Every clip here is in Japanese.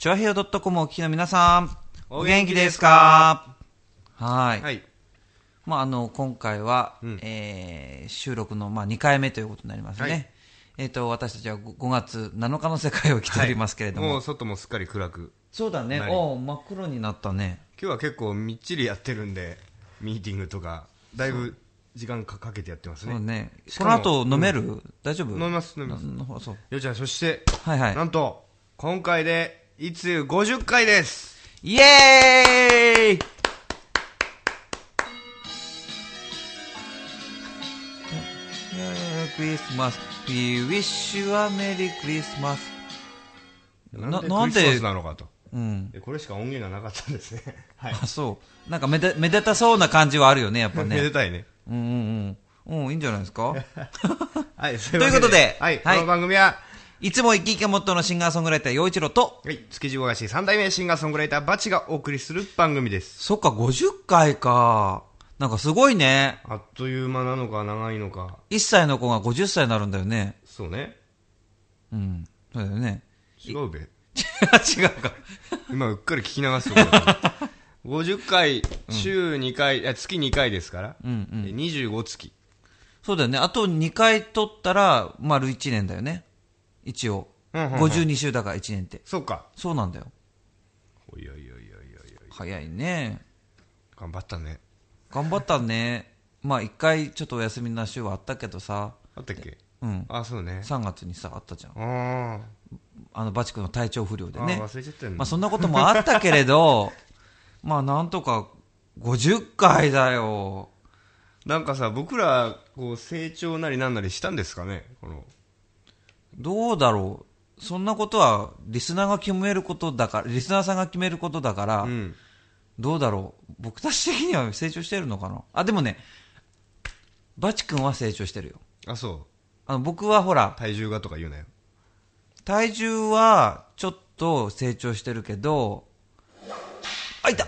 チョアヘヨ .com お聞きの皆さん、お元気ですか？はい。はい。今回は、収録の、2回目ということになりますね。はい、私たちは5月7日の世界を生きておりますけれども。 もう外もすっかり暗く。 そうだね。真っ黒になったね。 今日は結構みっちりやってるんで、ミーティングとか、だいぶ時間かけてやってますね。 そうね。この後飲める？大丈夫？ 飲みます。そう。よちゃん、そして、なんと、今回で、いつ50回です。 イエーイクリスマス We wish you a Merry Christmas。 なんでクリスマスなのかと。これしか音源がなかったんですね。 はい。あ、そう。なんかめでたそうな感じはあるよね、やっぱね。 めでたいね。 いいんじゃないですか。 はい、 ということで、 はい、この番組はいつも生き生きがモットーのシンガーソングライター陽一郎と、 築地大菓子3代目シンガーソングライターバチがお送りする番組です。 そっか、50回か。なんかすごいね。 あっという間なのか長いのか。 1歳の子が50歳になるんだよね。 そうね。 そうだよね。 違うべ。違うか。 今うっかり聞き流すところ。50回、週2回、月2回ですから。25月。 そうだよね。あと2回取ったら、丸1年だよね。一応。52週だから1年って。 そうか。 そうなんだよ。 いや。 早いね。 頑張ったね。 頑張ったね。1回ちょっとお休みな週はあったけどさ。 あったっけ？ あ、 そうね。 3月にさ、あったじゃん。バチ君の体調不良でね。 忘れちゃったよね。 そんなこともあったけれど、なんとか50回だよ。 なんかさ、僕ら、成長なりなんなりしたんですかね？ どうだろう。そんなことは、リスナーさんが決めることだから、どうだろう。僕たち的には成長してるのかな。あ、でもね、バチ君は成長してるよ。 あ、そう。 僕はほら、 体重がとか言うなよ。 体重は、ちょっと成長してるけど、あ、いた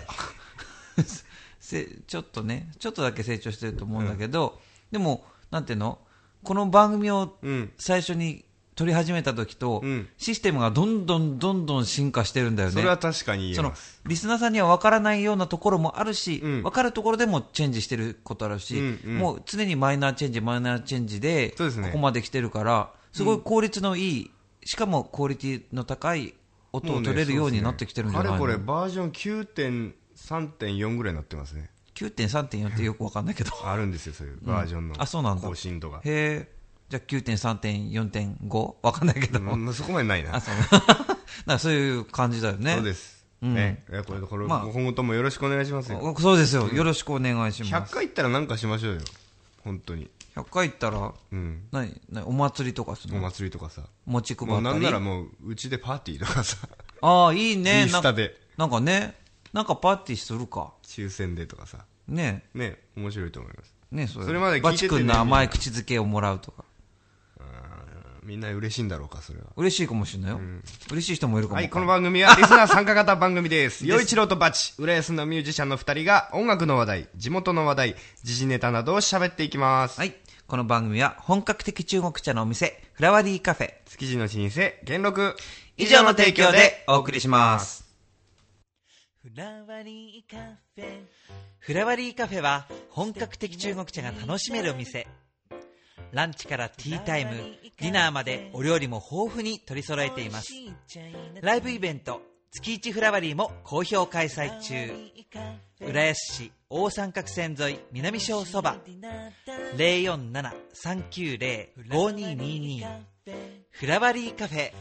ちょっとだけ成長してると思うんだけど、でも、なんていうの？この番組を最初に撮り始めた時と、システムがどんどん進化してるんだよね。 それは確かに言えます。 リスナーさんには分からないようなところもあるし、分かるところでもチェンジしてることあるし、もう常にマイナーチェンジで、ここまで来てるから、すごい効率のいい、しかもクオリティの高い音を取れるようになってきてるんじゃないの？ これバージョン 9.3.4 ぐらいになってますね。 9.3.4 ってよく分かんないけど。 あるんですよ、そういうバージョンの更新度が。 へえ。じゃあ 9.3.4.5 わかんないけども。 そこまでないな。 なんかそういう感じだよね。 そうです。ね。これ、今後ともよろしくお願いしますよ。 そうですよ。よろしくお願いします。 100回行ったらなんかしましょうよ。本当に。 100回行ったら、お祭りとかするの？ お祭りとかさ。 持ち配ったり。 なんならもう、うちでパーティーとかさ。 ああ、いいね。 インスタで。 なんかね、なんかパーティーするか。 抽選でとかさ。 ね、 面白いと思います。 ね、 それまで聞いててね。 バチ君の甘い口づけをもらうとか。 みんな嬉しいんだろうか、それは。 嬉しいかもしれないよ。嬉しい人もいるかも。 はい、この番組はリスナー参加型番組です。陽一郎とバチ、浦安のミュージシャンの2人が音楽の話題、地元の話題、時事ネタなどを喋っていきます。 はい。この番組は本格的中国茶のお店、フラワリーカフェ、 築地の老舗、元禄、 以上の提供でお送りします。フラワリーカフェ。フラワリーカフェは本格的中国茶が楽しめるお店。ランチからティータイム、ディナーまでお料理も豊富に取り揃えています。ライブイベント、月一フラワリーも好評開催中。浦安市大三角線沿い南小そば 047-390-5222 フラワリーカフェ。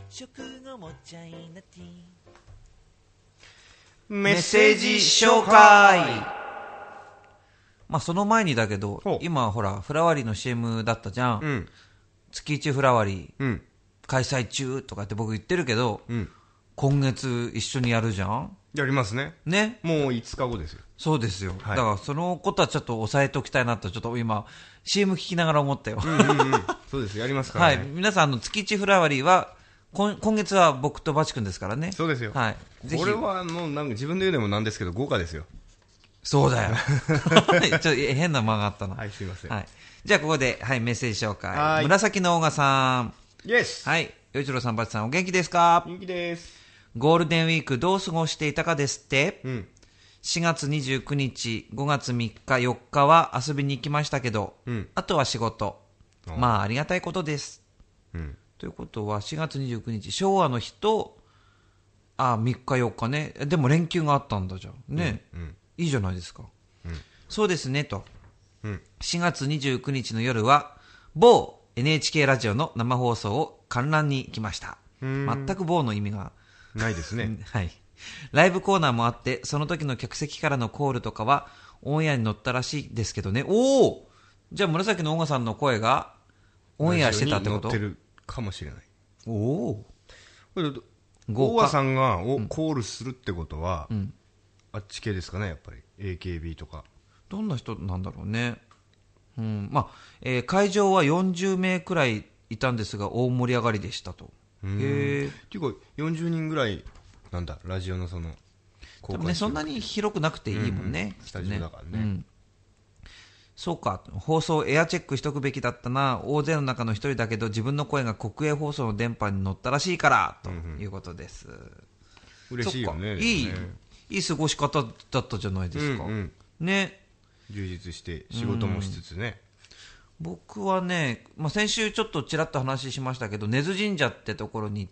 メッセージ紹介。その前にだけど、今ほらフラワリーの CM だったじゃん。月一フラワリー、開催中とかって僕言ってるけど、今月一緒にやるじゃん。 やりますね。 ね。 もう5日後ですよ。 そうですよ。だからそのことはちょっと抑えておきたいなとちょっと今 CM 聞きながら思ったよ。 そうです、やりますからね。 はい。皆さん月一フラワリーは今月は僕とバチ君ですからね。 そうですよ。 はい。 これはもうなんか自分で言うのもなんですけど豪華ですよ。 そうだよ。ちょっと変な間があったな。 はい、すいません。 はい。じゃあここで、メッセージ紹介。紫のオーガさん。 イエス。 はい。よいちろうさん、バチさん、お元気ですか？ 元気です。 ゴールデンウィークどう過ごしていたかですって、 4 月29日、5月3日、4日は遊びに行きましたけど、あとは仕事。まあ、ありがたいことです。ということは、4月29日、昭和の日と、3日4日ね。でも連休があったんだじゃん。ね。いいじゃないですか。そうですね、と。4月29日の夜は、某 NHK ラジオの生放送を観覧に行きました。全く某の意味がないですね。 はい。ライブコーナーもあって、その時の客席からのコールとかはオンエアに載ったらしいですけどね。おお、じゃあ紫のオンガさんの声がオンエアしてたってこと？ 載ってるかもしれない。 おお。 オンガさんがコールするってことは、あっち系ですかね、やっぱり AKB とか。 どんな人なんだろうね。まあ、会場は40名くらいいたんですが大盛り上がりでしたと。 っていうか40人ぐらいなんだ、ラジオのその多分ね、そんなに広くなくていいもんね、 スタジオだからね。 そうか、放送エアチェックしとくべきだったな。大勢の中の一人だけど自分の声が国営放送の電波に乗ったらしいからということです。 嬉しいよね。 いい過ごし方だったじゃないですか。ね。 充実して仕事もしつつね。 僕はね、先週ちょっとちらっと話しましたけど、根津神社ってところに行って、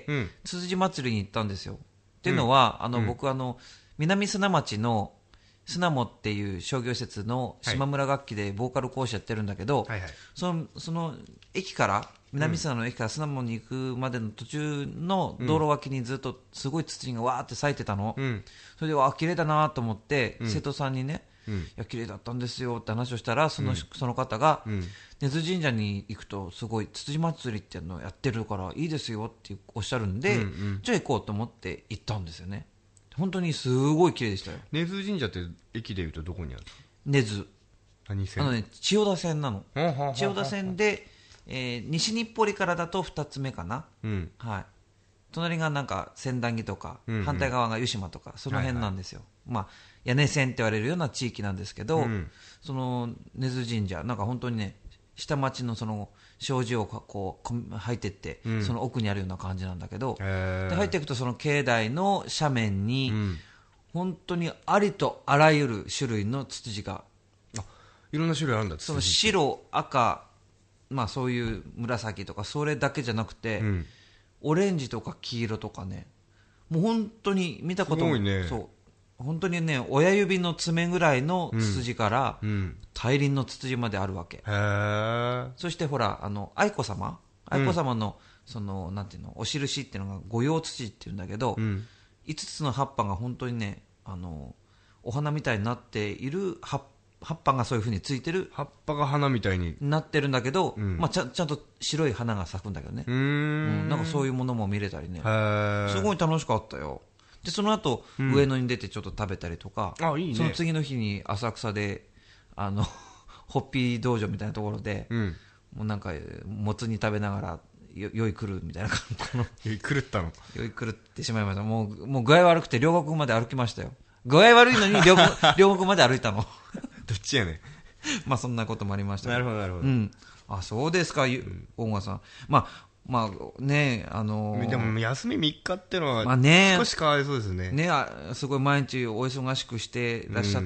つつじ祭りに行ったんですよ。っていうのは、僕南砂町の砂もっていう商業施設の島村楽器でボーカル講師やってるんだけど、その駅から南砂の駅から砂もに行くまでの途中の道路脇にずっとすごいツツジがわーって咲いてたの。それで綺麗だなと思って、生徒さんにね、いや綺麗だったんですよって話をしたら、その方が、根津神社に行くとすごいつつじ祭りっていうのをやってるからいいですよっておっしゃるんで、じゃあ行こうと思って行ったんですよね。本当にすごい綺麗でしたよ。 根津神社って駅でいうとどこにあるんですか？ 根津。 何線？ 千代田線なの。千代田線で、西日暮里からだと2つ目かな。はい。隣がなんか千駄木とか、反対側が湯島とか、その辺なんですよ。屋根線って言われるような地域なんですけど、その根津神社、なんか本当にね、下町のその障子をこう入っていって、その奥にあるような感じなんだけど、で入っていくとその境内の斜面に、本当にありとあらゆる種類のツツジが、 いろんな種類あるんだ。 その白、赤、そういう紫とかそれだけじゃなくて、オレンジとか黄色とかね、もう本当に見たことも、そう本当にね、親指の爪ぐらいのツツジから、大輪のツツジまであるわけ。そしてほら、愛子様の、その、なんていうの、お印っていうのが、五葉ツツジっていうんだけど、5つの葉っぱが本当にね、お花みたいになっている葉っぱがそういう風についてる。 葉っぱが花みたいになってるんだけど、ちゃんと白い花が咲くんだけどね。なんかそういうものも見れたりね。すごい楽しかったよ。でその後、上野に出てちょっと食べたりとか、 いいね、 その次の日に浅草でホッピー道場みたいなところで、もうなんかもつ煮食べながら酔い狂うみたいな感じの酔い狂ったの？ 酔い狂ってしまいました。もう具合悪くて両国まで歩きましたよ。具合悪いのに両国まで歩いたのどっちやねんそんなこともありました。 なるほどなるほど。 そうですか、大川さん。ねでも休み3日ってのは少しかわいそうですね。 すごい毎日お忙しくしてらっしゃって、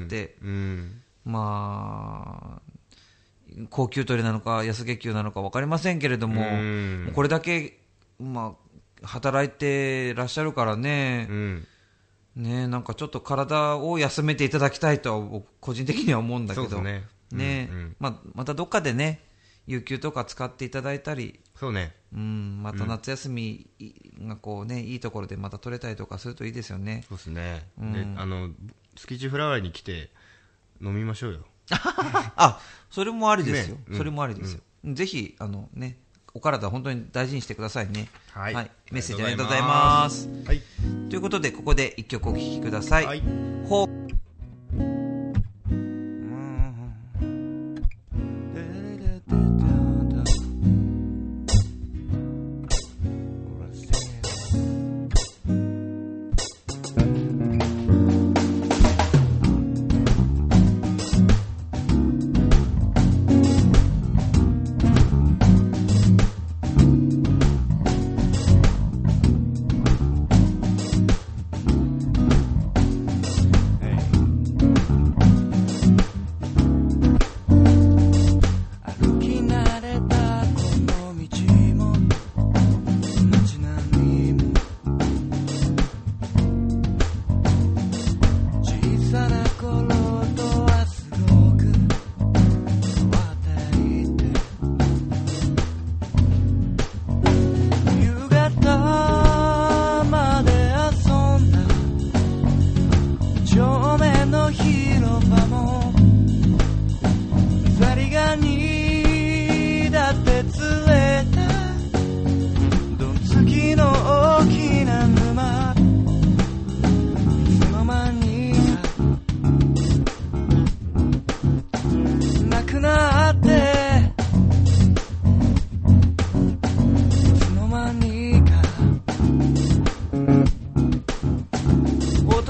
高級取りなのか安月給なのか分かりませんけれども、これだけ、働いてらっしゃるからね、なんかちょっと体を休めていただきたいとは僕個人的には思うんだけど、またどっかでね、有給とか使っていただいたり、 そうね、 また夏休みがこうね、いいところでまた取れたりとかするといいですよね。 そうですね。で、築地フラワーに来て飲みましょうよ。 それもありですよ。それもありですよ。ぜひお体本当に大事にしてくださいね。はい。メッセージありがとうございます。ということでここで一曲お聴きください。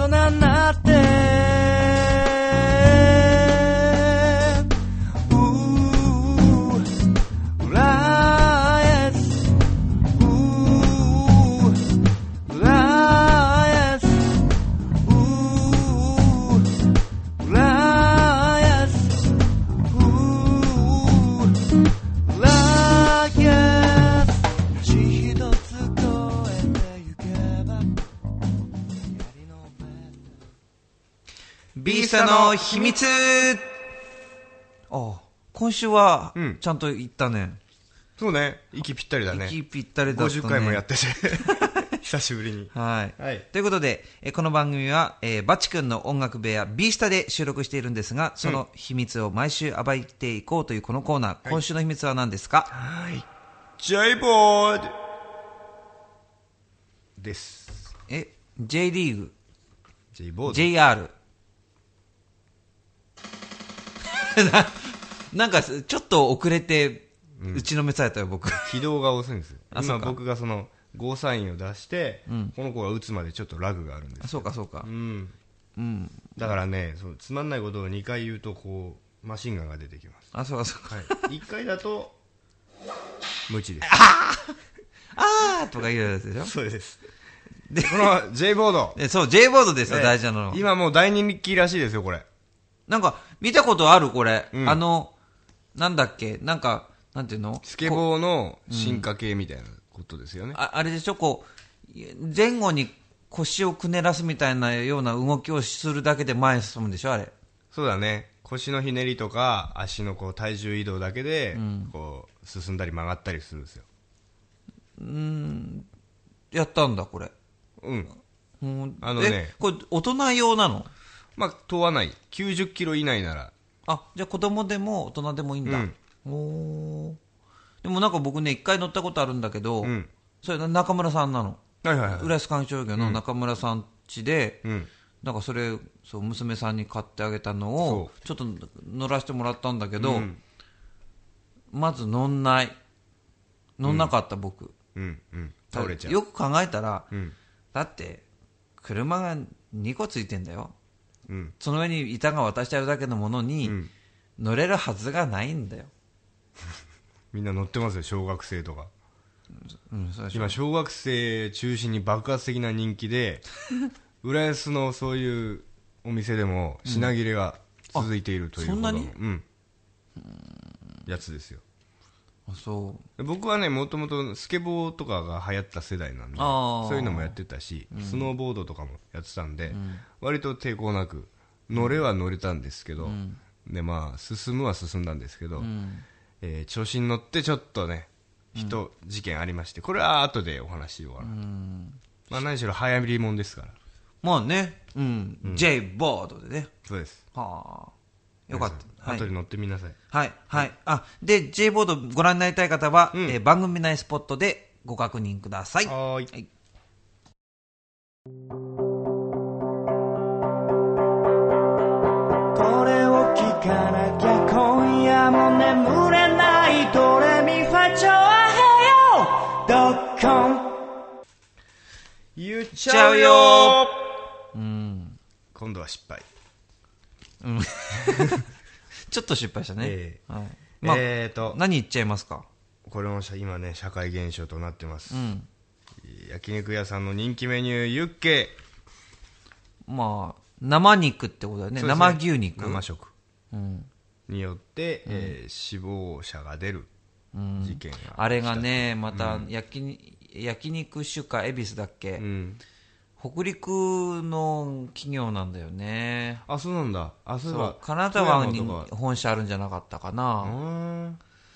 人になってビースタの秘密。あ、今週はちゃんと言ったね。 そうね、息ぴったりだね。 息ぴったりだったね。 50回もやってて久しぶりに。 はい。ということで、この番組は、バチ君の音楽部屋ビースタで収録しているんですが、その秘密を毎週暴いていこうというこのコーナー、今週の秘密は何ですか？ はい。J ボードです。 J リーグ J ボード JR なんかちょっと遅れて打ちのめされたよ、僕。 起動が遅いんですよ。今僕がそのゴーサインを出して、この子が打つまでちょっとラグがあるんです。 そうかそうか。 だからね、つまんないことを2回言うとこうマシンガンが出てきます。 あ、そうかそうか。 1回だと無知です。 あーとか言うやつでしょ。 そうです。で、この J ボード。 そう、J ボードですよ、大事なの。 今もう大人気らしいですよ、これ。 なんか、見たことあるこれ。なんだっけ、なんか、なんていうの？ スケボーの進化系みたいなことですよね。 あれでしょ、こう、前後に腰をくねらすみたいなような動きをするだけで前に進むんでしょ、あれ。 そうだね。腰のひねりとか、足のこう体重移動だけで、こう、進んだり曲がったりするんですよ。 やったんだ、これ。 うん。ね。 これ、大人用なの？ まあ、問わない。90キロ以内なら。 あ、じゃあ子供でも大人でもいいんだ。おー。でもなんか僕ね、一回乗ったことあるんだけど、それ中村さんなの。浦安環境業の中村さん家で、なんかそれ、そう、娘さんに買ってあげたのを、ちょっと乗らせてもらったんだけど、まず乗んない。乗んなかった、僕。 倒れちゃう。 よく考えたら、だって、車が2個ついてんだよ。その上に板が渡してあるだけのものに、乗れるはずがないんだよ。 みんな乗ってますよ、小学生とか。今、小学生中心に爆発的な人気で、浦安のそういうお店でも品切れが続いているというほどの、やつですよ。そう僕はね、もともとスケボーとかが流行った世代なんで、そういうのもやってたし、スノーボードとかもやってたんで、割と抵抗なく乗れは乗れたんですけど、でまあ進むは進んだんですけど、調子に乗ってちょっとね、事件ありまして、これは後でお話しようかなと。まあ何しろ流行りもんですから。 まあね、J ボードでね。 そうです。 はあ。よかった。 後で乗ってみなさい。 はい。はい。で、J ボードご覧になりたい方は、番組内スポットでご確認ください。 はい。 これを聞かなきゃ今夜も眠れないドレミファチョアヘヨドッコン言っちゃうよ。今度は失敗。 ちょっと失敗したね。何言っちゃいますか？ これも今ね、社会現象となってます。焼肉屋さんの人気メニューユッケ。 まあ生肉ってことだよね。生牛肉、 生食によって、死亡者が出る事件が、 あれがね、また焼肉酒家恵比寿だっけ、北陸の企業なんだよね。 あ、そうなんだ。 そう、金沢に本社あるんじゃなかったかな。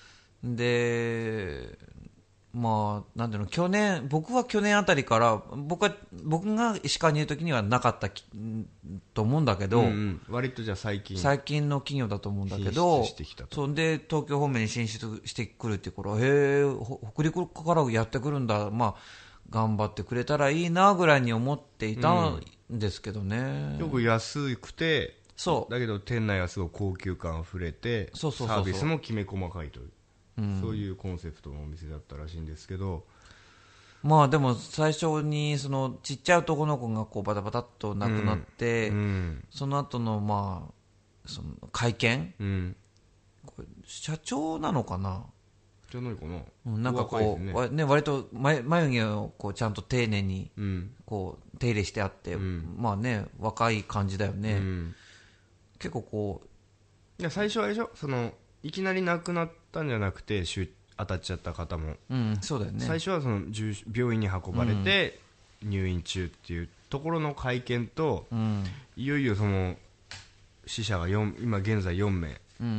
で、まあ、なんていうの、僕は去年あたりから、僕が石川にいる時にはなかったと思うんだけど、 割とじゃあ最近の企業だと思うんだけど、そんで東京方面に進出してくるっていうから、北陸からやってくるんだ、まあ、頑張ってくれたらいいなぐらいに思っていたんですけどね。 よく安くて、 そうだけど店内はすごい高級感あふれて、サービスもきめ細かいという。そういうコンセプトのお店だったらしいんですけど、 まあでも最初にそのちっちゃい男の子がこうバタバタっと亡くなって、その後のまあその会見、これ社長なのかな、 じゃないかな、 なんかこう、ね、割と眉毛をこうちゃんと丁寧にこう手入れしてあって、まあね若い感じだよね、結構こう、 いや最初はあれでしょ、そのいきなり亡くなったんじゃなくて当たっちゃった方も、 そうだよね、 最初はその病院に運ばれて入院中っていうところの会見と、いよいよその死者が今現在4名、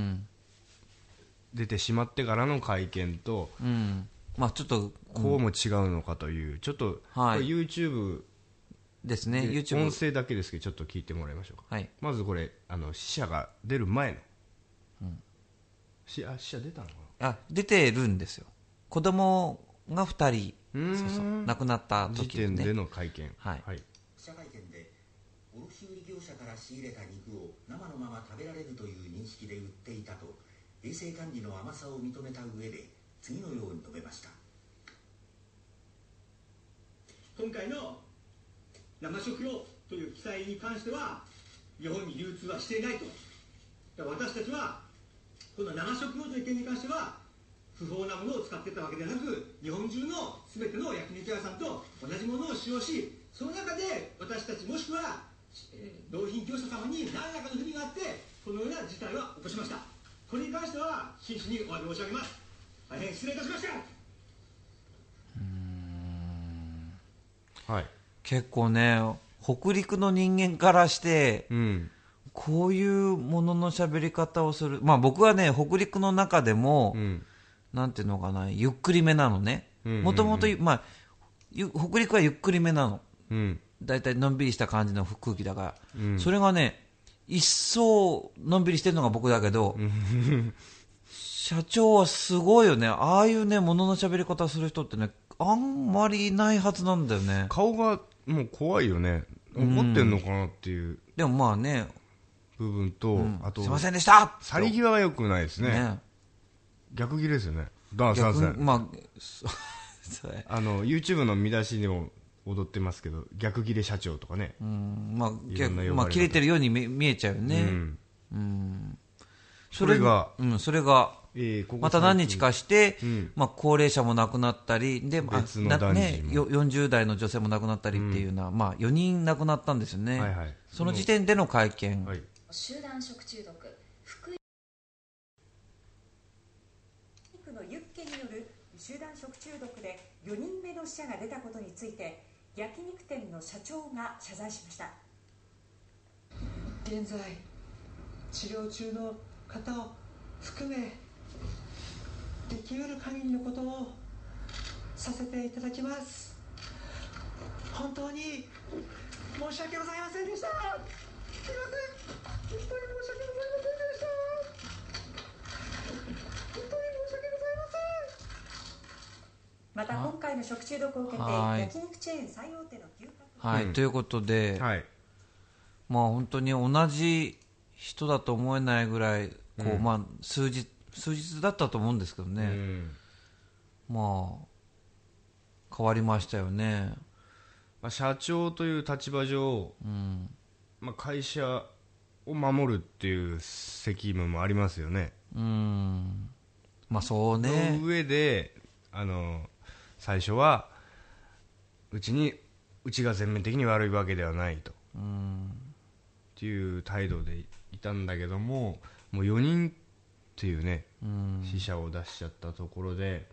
出てしまってからの会見と、 まあちょっとこうも違うのかという、ちょっと、 はい、 YouTube ですね、 音声だけですけどちょっと聞いてもらいましょうか、はい、まずこれ死者が出る前の、死者出たのかな、 出てるんですよ、子供が2人、そう亡くなった時ですね、 時点での会見、 はい、 記者会見で卸売業者から仕入れた肉を生のまま食べられるという認識で売っていたと衛生管理の甘さを認めた上で次のように述べました。 今回の生食用という記載に関しては日本に流通はしていないと。私たちはこの生食用という件に関しては不法なものを使っていたわけではなく、日本中の全ての焼肉屋さんと同じものを使用し、その中で私たちもしくは納品業者様に何らかの不備があってこのような事態を起こしました。これに関しては真摯にお詫び申し上げます。大変失礼いたしました。 はい、 結構ね、北陸の人間からして、こういうものの喋り方をする、まあ僕はね北陸の中でも、なんていうのかな、ゆっくりめなのね、もともとまあ北陸はゆっくりめなの、だいたいのんびりした感じの空気だから、それがね一層のんびりしてるのが僕だけど社長はすごいよね、ああいうねものの喋り方する人ってねあんまりいないはずなんだよね。 顔がもう怖いよね、怒ってんのかなっていう、 でもまあね部分と、あとすいませんでした去り際は良くないですね、逆切れですよね。だからさ、 まあ YouTube の見出しでも踊ってますけど、逆切れ社長とかね、 まあ切れてるように見えちゃうよね、それが、また何日かして、まあ、高齢者も亡くなったりで、 別の男児も 40代の女性も亡くなったりっていうのは、まあ、4人亡くなったんですよね、その時点での会見、 集団食中毒、福井区のユッケによる集団食中毒で4人目の死者が出たことについて焼肉店の社長が謝罪しました。 現在治療中の方を含めできうる限りのことをさせていただきます。本当に申し訳ございませんでした。すいません、本当に申し訳ございませんでした。本当に申し訳ございません。 また今回の食中毒を受けて焼肉チェーン最大手の牛角、 ということで、まあ本当に同じ人だと思えないぐらいこう、まあ数日だったと思うんですけどね、まあ変わりましたよね。 まあ、社長という立場上、まあ、会社を守るっていう責務もありますよね。 まあそうね。 その上で最初はうちが全面的に悪いわけではないとっていう態度でいたんだけども、もう4人っていうね、死者を出しちゃったところで、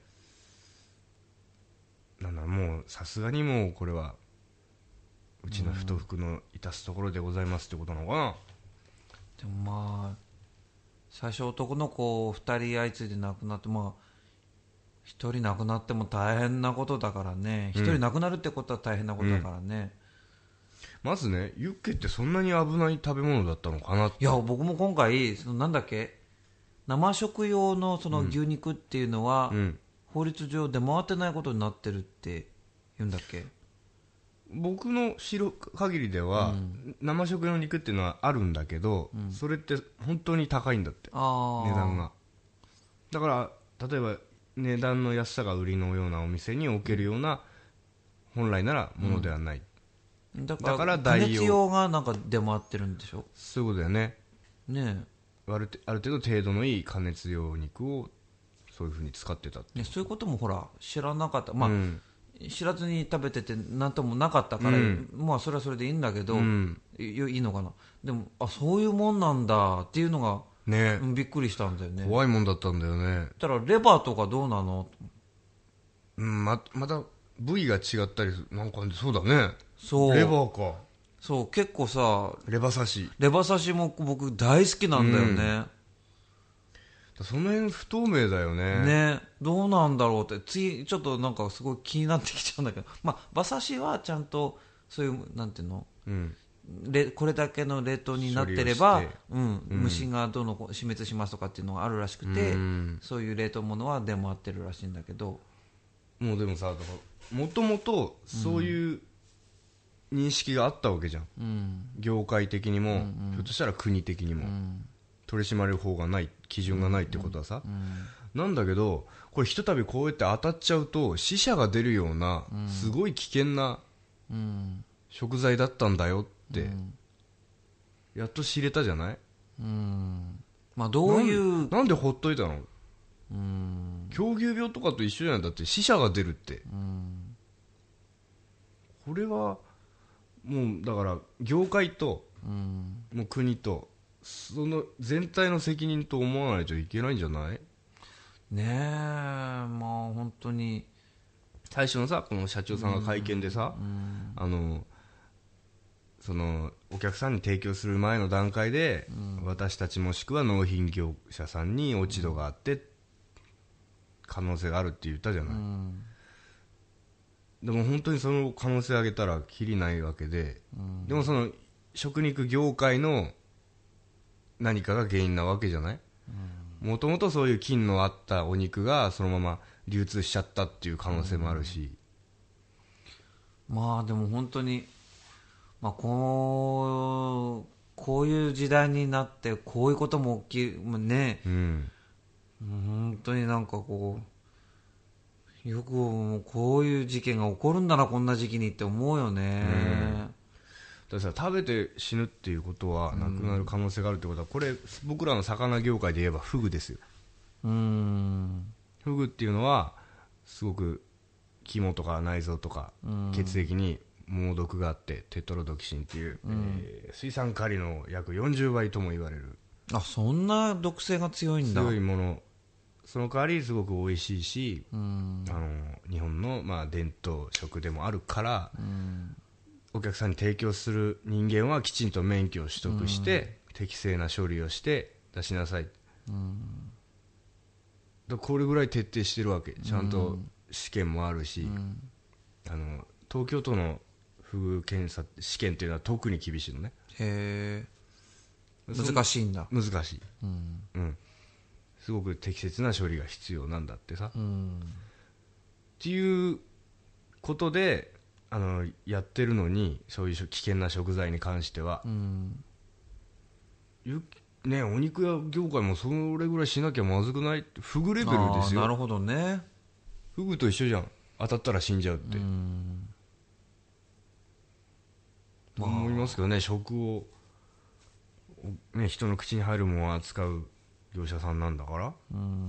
もうさすがにもうこれはうちの不徳の致すところでございますってことなのかな。 でもまあ最初男の子2人相次いで亡くなって、まあ1人亡くなっても大変なことだからね、1人亡くなるってことは大変なことだからね、 まずね、ユッケってそんなに危ない食べ物だったのかなって。 いや僕も今回なんだっけ、生食用のその牛肉っていうのは、法律上出回ってないことになってるって言うんだっけ。 僕の知る限りでは、生食用の肉っていうのはあるんだけど、それって本当に高いんだって、値段が。だから例えば値段の安さが売りのようなお店に置けるような本来ならものではない、 だだから加代用熱用がなんか出回ってるんでしょ。 そういうことだよね。 ねある程度程度のいい加熱用肉をそういう風に使ってたって。 え、そういうこともほら知らなかった。まあ、 うん知らずに食べてて何ともなかったから、まあそれはそれでいいんだけど、いいのかな。でもそういうもんなんだっていうのがね、 びっくりしたんだよね。 怖いもんだったんだよね。 だからレバーとかどうなの。 また部位が違ったりする。なんかそうだね。 そうレバーか。 そう結構さ、 レバ刺しも僕大好きなんだよね、 その辺不透明だよね。 ね、どうなんだろうって次ちょっとなんかすごい気になってきちゃうんだけど、まあ馬刺しはちゃんとそういうなんていうの、これだけの冷凍になってれば、虫がどの死滅しますとかっていうのがあるらしくて、そういう冷凍物は出回ってるらしいんだけど、 もうでもさ、もともとそういう認識があったわけじゃん、業界的にも、ひょっとしたら国的にも、取り締まる方がない、基準がないってことはさ、なんだけどこれひとたびこうやって当たっちゃうと死者が出るようなすごい危険な食材だったんだよって、やっと知れたじゃない。 まあどういうなんでほっといたの。狂牛病とかと一緒じゃない。だって死者が出るって、これはもうだから業界と、もう国とその全体の責任と思わないといけないんじゃない。 ねえ、まあ本当に最初のさ、この社長さんが会見でさ、そのお客さんに提供する前の段階で、私たちもしくは納品業者さんに落ち度があって可能性があるって言ったじゃない、でも本当にその可能性を挙げたらきりないわけで、でもその食肉業界の何かが原因なわけじゃない。もともとそういう菌のあったお肉がそのまま流通しちゃったっていう可能性もあるし、 まあでも本当に、まあ、こういう時代になってこういうことも起きるね、本当になんかこうよくこういう事件が起こるんだなこんな時期にって思うよね、 だからさ、食べて死ぬっていうことはなくなる可能性があるってことは、これ僕らの魚業界で言えばフグですよ。フグっていうのはすごく肝とか内臓とか血液に猛毒があって、テトロドキシンっていう、水酸カリの約40倍とも言われる。 あ、そんな毒性が強いんだ。 強いもの。その代わりすごく美味しいし、日本のまあ伝統食でもあるから、お客さんに提供する人間はきちんと免許を取得して、適正な処理をして出しなさい、これぐらい徹底してるわけ。ちゃんと試験もあるし、東京都のフグ検査試験っていうのは特に厳しいのね。 へえ、難しいんだ。 難しい、すごく適切な処理が必要なんだってさ、っていうことでやってるのに、そういう危険な食材に関しては、ね、お肉屋業界もそれぐらいしなきゃまずくないって。フグレベルですよ。 なるほどね。 フグと一緒じゃん、当たったら死んじゃうって、思いますけどね。食を、ね、人の口に入るものを扱う業者さんなんだから、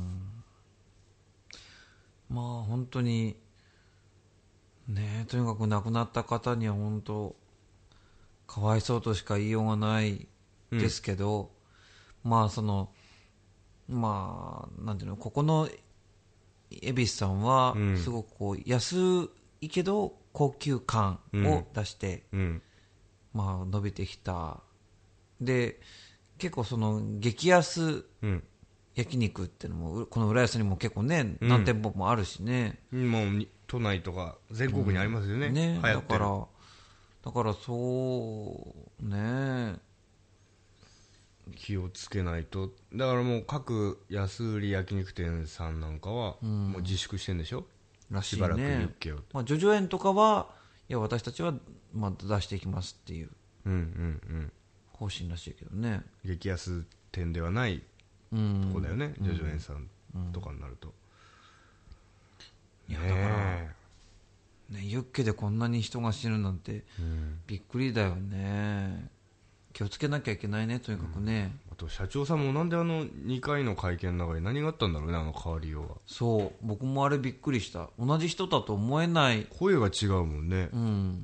まあ本当にね、とにかく亡くなった方には本当かわいそうとしか言いようがないですけど、まあそのまあなんていうの、ここの恵比寿さんはすごくこう安いけど高級感を出して、まあ伸びてきた。で結構その激安焼肉っていうのもこの浦安にも結構ね、何店舗もあるしね、 もう都内とか全国にありますよね、流行ってる。 だからそうね、 気をつけないと。だからもう各安売り焼肉店さんなんかはもう自粛してんでしょ、 らしいね。 しばらくユッケを、 まあ、叙々苑とかはいや私たちはまあ出していきますっていう方針らしいけどね。 激安店ではないとこだよね、叙々苑さんとかになると、 いやだからね、ユッケでこんなに人が死ぬなんて、びっくりだよね。気をつけなきゃいけないね、とにかくね。 あと社長さんもなんで2回の会見の中で何があったんだろうね、変わりようが。 そう、僕もあれびっくりした。同じ人だと思えない。 声が違うもんね。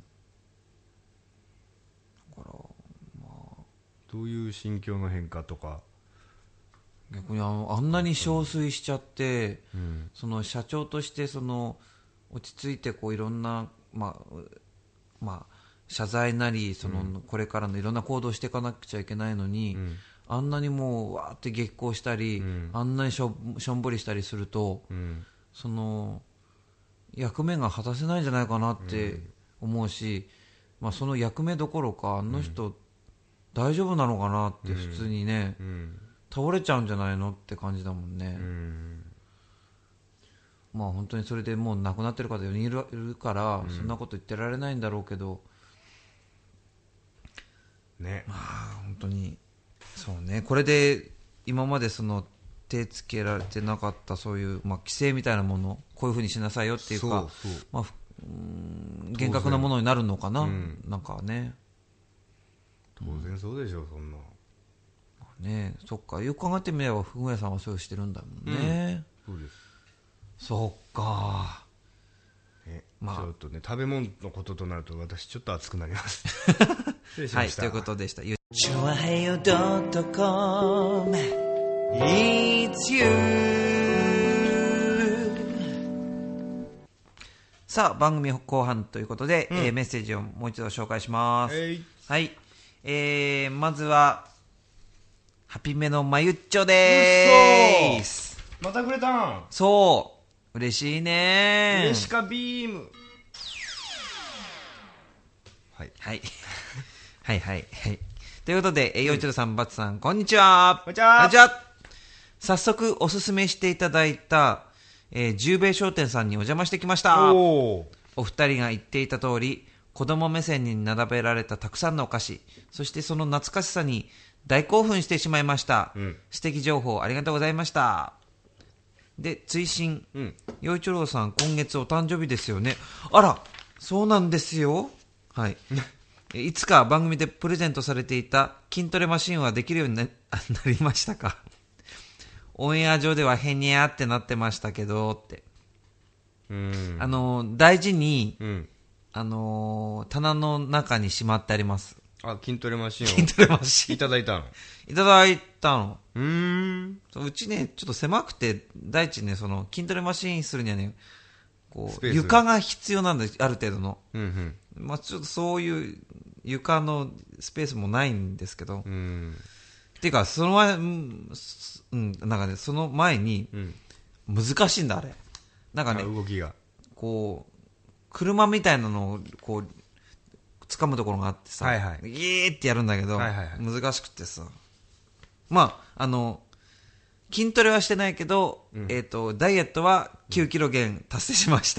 だから、 どういう心境の変化とか。 逆にあんなに憔悴しちゃって、その社長として落ち着いていろんな、謝罪なりこれからのいろんな行動をしていかなくちゃいけないのに、あんなにもうわーって激高したり、あんなにしょんぼりしたりすると、その役目が果たせないんじゃないかなって思うし、その役目どころかあの人、大丈夫なのかなって普通にね、倒れちゃうんじゃないのって感じだもんね。本当にそれでもう亡くなってる方4人いるから、そんなこと言ってられないんだろうけどね。 本当にそうね。これで今まで手つけられてなかったそういう、規制みたいなもの、こういうふうにしなさいよっていうか、厳格なものになるのかな、なんかね。 当然そうでしょ、そんなね。そっか、よく考えてみればフグ屋さんはそうしてるんだもんね。 そうです。 そっか、 ちょっとね、食べ物のこととなると私ちょっと熱くなります失礼しました。 はい、ということでした。 チョアヘヨ.com It's you。 さあ、番組後半ということで、メッセージをもう一度紹介します。はい、まずはハピメのまゆっちょでーす。 またくれたん。 そう、嬉しいね。 嬉しかビーム。はいはいはいはいはい。ということで、陽一郎さん、バツさん、こんにちは。 こんにちは。 こんにちは。早速おすすめしていただいた、十兵衛商店さんにお邪魔してきました。お二人が言っていた通り、子供目線に並べられたたくさんのお菓子、そしてその懐かしさに大興奮してしまいました。素敵情報ありがとうございました。で、追伸、陽一郎さん、今月お誕生日ですよね。あら、そうなんですよ。はい。いつか番組でプレゼントされていた筋トレマシンはできるように なりましたか？オンエア上ではへにゃーってなってましたけどって。大事に、棚の中にしまってあります。 筋トレマシンを。 筋トレマシン。 いただいたの。 いただいたの。うちね、ちょっと狭くて、第一ね、筋トレマシンするにはね、床が必要なんです、ある程度の。ちょっとそういう床のスペースもないんですけど。っていうか、その前、なんかね、その前に、難しいんだ、あれ。なんかね、 動きが。 車みたいなのを、掴むところがあってさ、ギーってやるんだけど、難しくてさ。筋トレはしてないけど、ダイエットは9キロ減達成しました。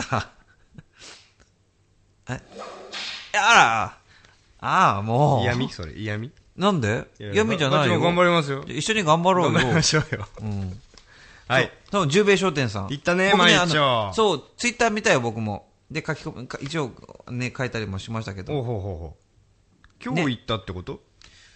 もう。 嫌味それ、嫌味なんで？嫌味じゃないよ。 頑張りますよ。 一緒に頑張ろうよ。 頑張りましょうよ。はい。 十兵衛商店さん。 行ったね、毎日。 そう、ツイッター見たよ、僕も。で、一応ね、書いたりもしましたけど。 今日行ったってこと？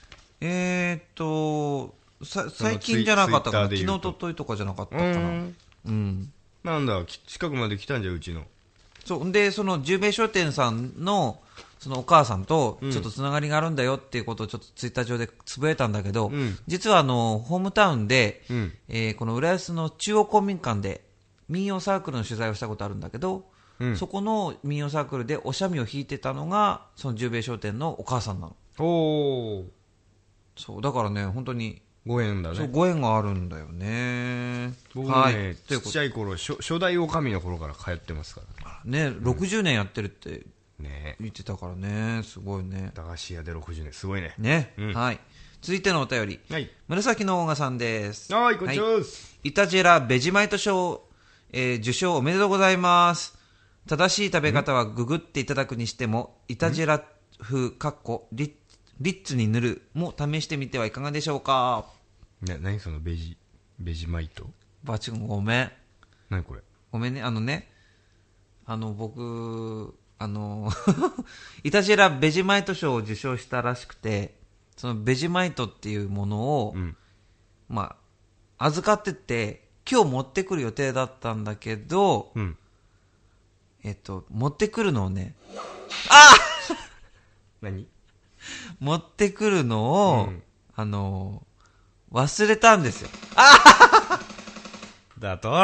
最近じゃなかったかな。昨日、おとといとかじゃなかったかな。 なんだ、近くまで来たんじゃ、うちの。 そう。で、その十兵衛商店さんの、そのお母さんとちょっとつながりがあるんだよっていうことをちょっとツイッター上でつぶやいたんだけど、実はホームタウンで、この浦安の中央公民館で民謡サークルの取材をしたことあるんだけど、そこの民謡サークルでお三味を弾いてたのがその十兵衛商店のお母さんなの。そうだからね、本当にご縁だね。 そう、ご縁があるんだよね。 僕もね、ちっちゃい頃、初代女将の頃から通ってますからね。60年やってるって言ってたからね。すごいね。 駄菓子屋で60年、すごいね。 ね。はい。続いてのお便り。紫のオーガさんです。 はい、こんにちは。 イタジェラベジマイト賞、受賞おめでとうございます。正しい食べ方はググっていただくにしても、イタジェラ風リッツに塗るも試してみてはいかがでしょうか。 何そのベジマイト。 ごめん。 何これ。 ごめんね。僕イタジェラベジマイト賞を受賞したらしくて、そのベジマイトっていうものを、まあ、預かってって、今日持ってくる予定だったんだけど、持ってくるのをね、 何持ってくるのを、忘れたんですよ。 だと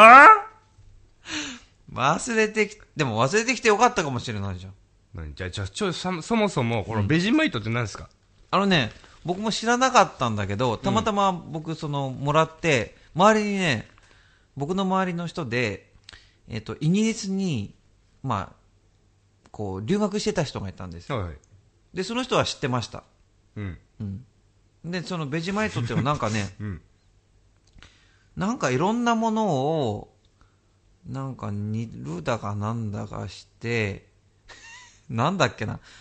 忘れてきてよかったかもしれないじゃん。 じゃあ、そもそも、このベジマイトって何ですか？ 僕も知らなかったんだけど、たまたま僕、もらって、周りにね、僕の周りの人で、イギリスに、まあ、こう、留学してた人がいたんですよ。で、その人は知ってました。で、そのベジマイトっていうのはなんかね、なんかいろんなものを、なんか煮るだかなんだかして、なんだっけな。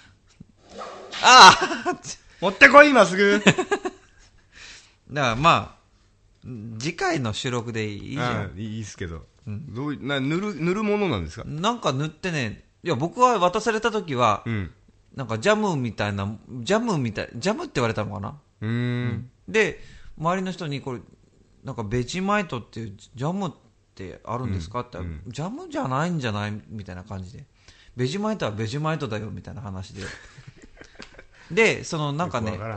持ってこい今すぐだからまあ、次回の収録でいいじゃん。 いいっすけど。塗るものなんですか？ なんか塗ってね、いや僕は渡された時は、なんかジャムって言われたのかな。で、周りの人にこれ、なんかベジマイトっていうジャムってあるんですかって言ったら、ジャムじゃないんじゃないみたいな感じで。ベジマイトはベジマイトだよみたいな話で。で、なんかね、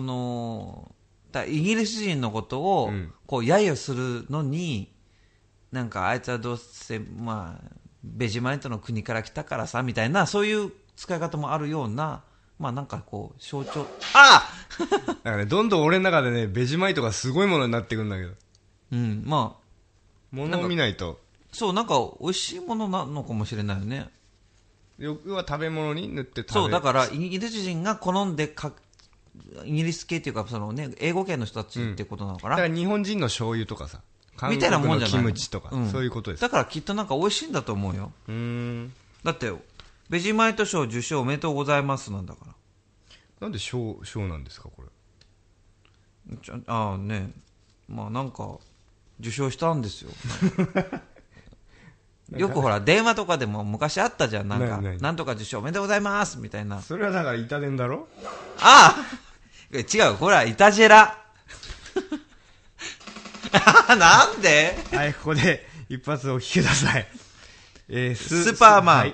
イギリス人のことを、こう、揶揄するのに、なんかあいつはどうせ、まあ、ベジマイトの国から来たからさ、みたいな、そういう使い方もあるような、まあなんかこう、象徴、 なんかね、どんどん俺の中でね、ベジマイトがすごいものになってくんだけど。 まあ。 ものを見ないと。 そう、なんか美味しいものなのかもしれないよね。 要は食べ物に塗って食べる。 そう、だからイギリス人が好んでイギリス系っていうか、英語圏の人たちってことなのかな。 だから日本人の醤油とかさ、 みたいなもんじゃない。 キムチとか、そういうことです。 だからきっとなんか美味しいんだと思うよ。だって、ベジマイト賞受賞おめでとうございますなんだから。 なんで賞なんですか、これ。 まあなんか、受賞したんですよ。よくほら、電話とかでも昔あったじゃん。なんか、なんとか受賞おめでとうございますみたいな。 それはだからイタ電だろ？ 違う、これはイタジェラ。なんで？ はい、ここで一発お聞きください。 スーパーマン。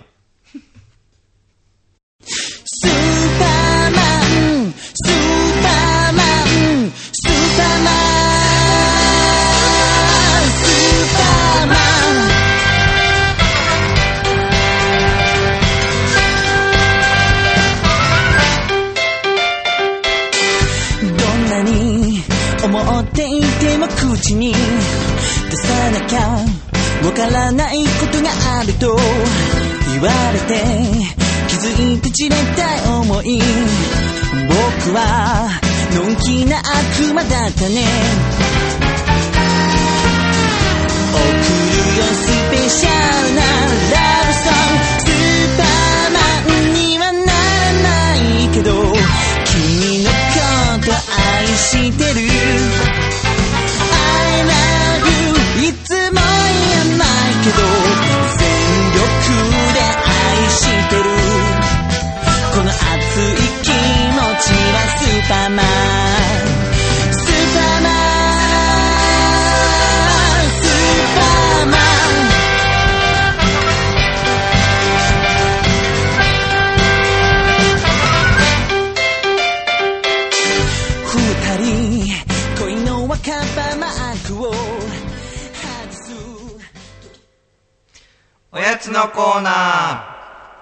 スーパーマン、スーパーマン、スーパーマン、スーパーマン。どんなに思っていても口に出さなきゃわからないことがあると言われて、気づいて散れた思い、僕はのんきな悪魔だったね。送るよスペシャルなラブソング、スーパーマンにはならないけど君のこと愛してる。 I love you いつも言えないけど全力で愛してる。この熱い気持ちはスーパーマン、スーパーマン、スーパーマン。二人恋の若葉マークを外す。 おやつのコーナー。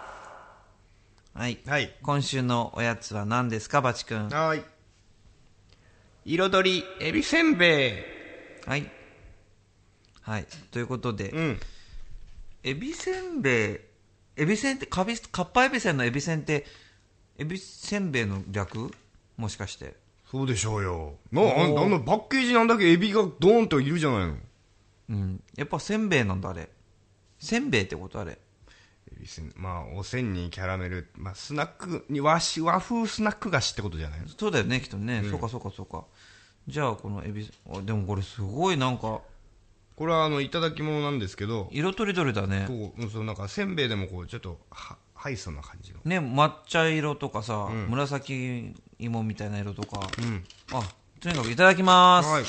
はい。 はい。 今週のおやつは何ですか、バチ君。 はい。彩りエビせんべい。 はい。はい。ということで、 うん。 エビせんべい、エビせんって、かっぱえびせんのエビせんって、エビせんべいの略？もしかして。 そうでしょうよ。あのパッケージなんだけエビがドーンといるじゃないの。 うん。やっぱせんべいなんだ、あれ。せんべいってことあれ。 エビせん、まあ、おせんにキャラメル、まあ、スナックに和風スナック菓子ってことじゃないの。 そうだよね、きっとね。そうか。じゃあ、このエビ、でもこれすごいなんか。 これはいただき物なんですけど。 色とりどりだね。 そう、なんかせんべいでもこう、ちょっと、 ハイソな感じのね、抹茶色とかさ、 ん紫芋みたいな色とか、 うんあ、とにかくいただきます。 はい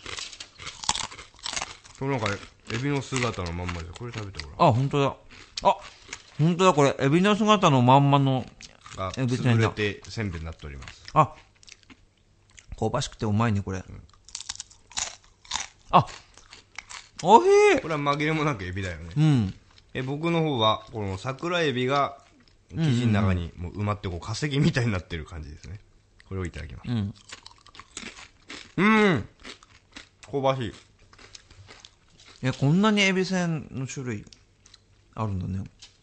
これなんかエビの姿のまんまでこれ食べてごらんあ、本当だ。あ、本当だ、これエビの姿のまんまの、 がエビせんだ潰れてせんべいになっております。 あ、香ばしくてうまいねこれ。あ、おいしい。 これは紛れもなくエビだよね。 うん。 僕の方はこの桜エビが生地の中にもう埋まってこう化石みたいになってる感じですね。これをいただきます。香ばしい。 こんなにエビせんの種類あるんだね。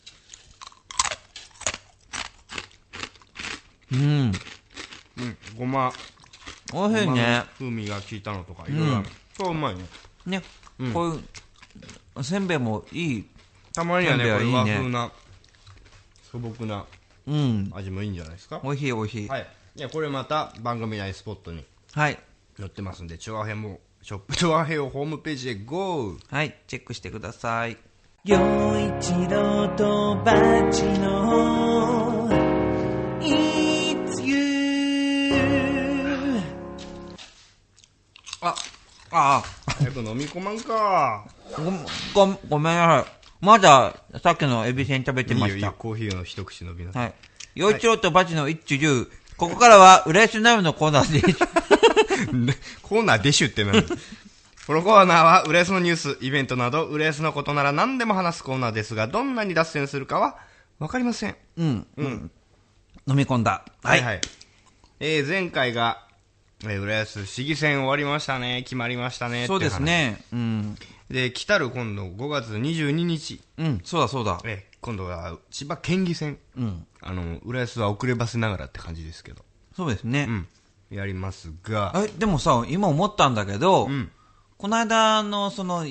ごまおいしいね。 風味が効いたのとかいろいろある。そううまいね。 ね、こういうせんべいもいい。 たまにはね、これせんべいはいいね和風な素朴な味もいいんじゃないですか。 おいしいおいしい。 はい。いやこれまた番組内スポットにはい。 載ってますんで、チョアヘもショップチョアヘオホームページへ GO。 はい、チェックしてください。 陽一郎とバチの It's you。 あ、 早く飲み込まんか。 ごめんなさい。まださっきのエビせん食べてました。 いいよいいよ、コーヒーの一口飲みなさい。 はい。陽一郎とバチの一中流。ここからは、浦安ナウのコーナーです。 コーナーでしゅって何このコーナーは、浦安のニュース、イベントなど、浦安のことなら何でも話すコーナーですが、どんなに脱線するかは、わかりません。 飲み込んだ。 はいはい。前回が、浦安市議選終わりましたね。決まりましたね。 そうですね。 で、来たる今度5月22日。 そうだそうだ。 今度は千葉県議選。浦安は遅ればせながらって感じですけど。 そうですね。 やりますが。 でもさ、今思ったんだけど、この間の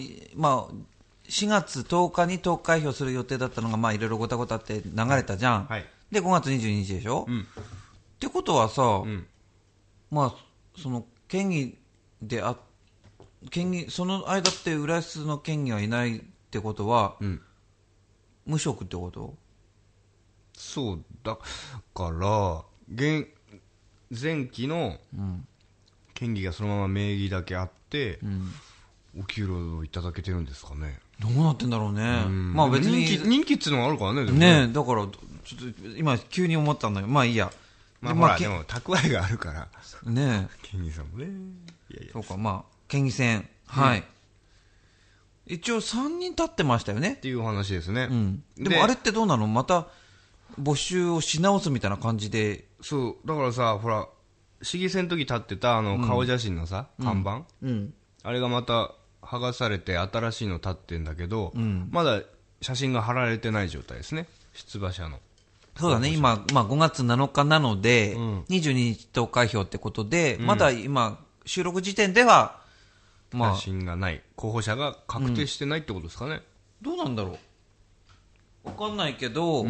4月10日に投開票する予定だったのが、いろいろごたごたって流れたじゃん。 はい。 で、5月22日でしょ。ってことはさ、その県議でその間って浦安の県議はいないってことは、無職ってこと？ そうだから前期の県議がそのまま名義だけあって、お給料をいただけてるんですかね。 どうなってんだろうね。別に人気っていうのがあるからね。でもね、だからちょっと今急に思ったんだけど、いいや。 でも蓄えがあるからね。 県議さんもね。 そうか、県議選、はい。一応3人立ってましたよね。 っていうお話ですね。 でもあれってどうなの？また募集をし直すみたいな感じで。 そうだからさ、ほら市議選の時立ってた顔写真のさ、看板、あれがまた剥がされて新しいの立ってんだけど、まだ写真が貼られてない状態ですね、出馬者の。 そうだね、今、5月7日なので、22日投開票ってことで、まだ今収録時点では写真がない、候補者が確定してないってことですかね。 どうなんだろう、わかんないけど、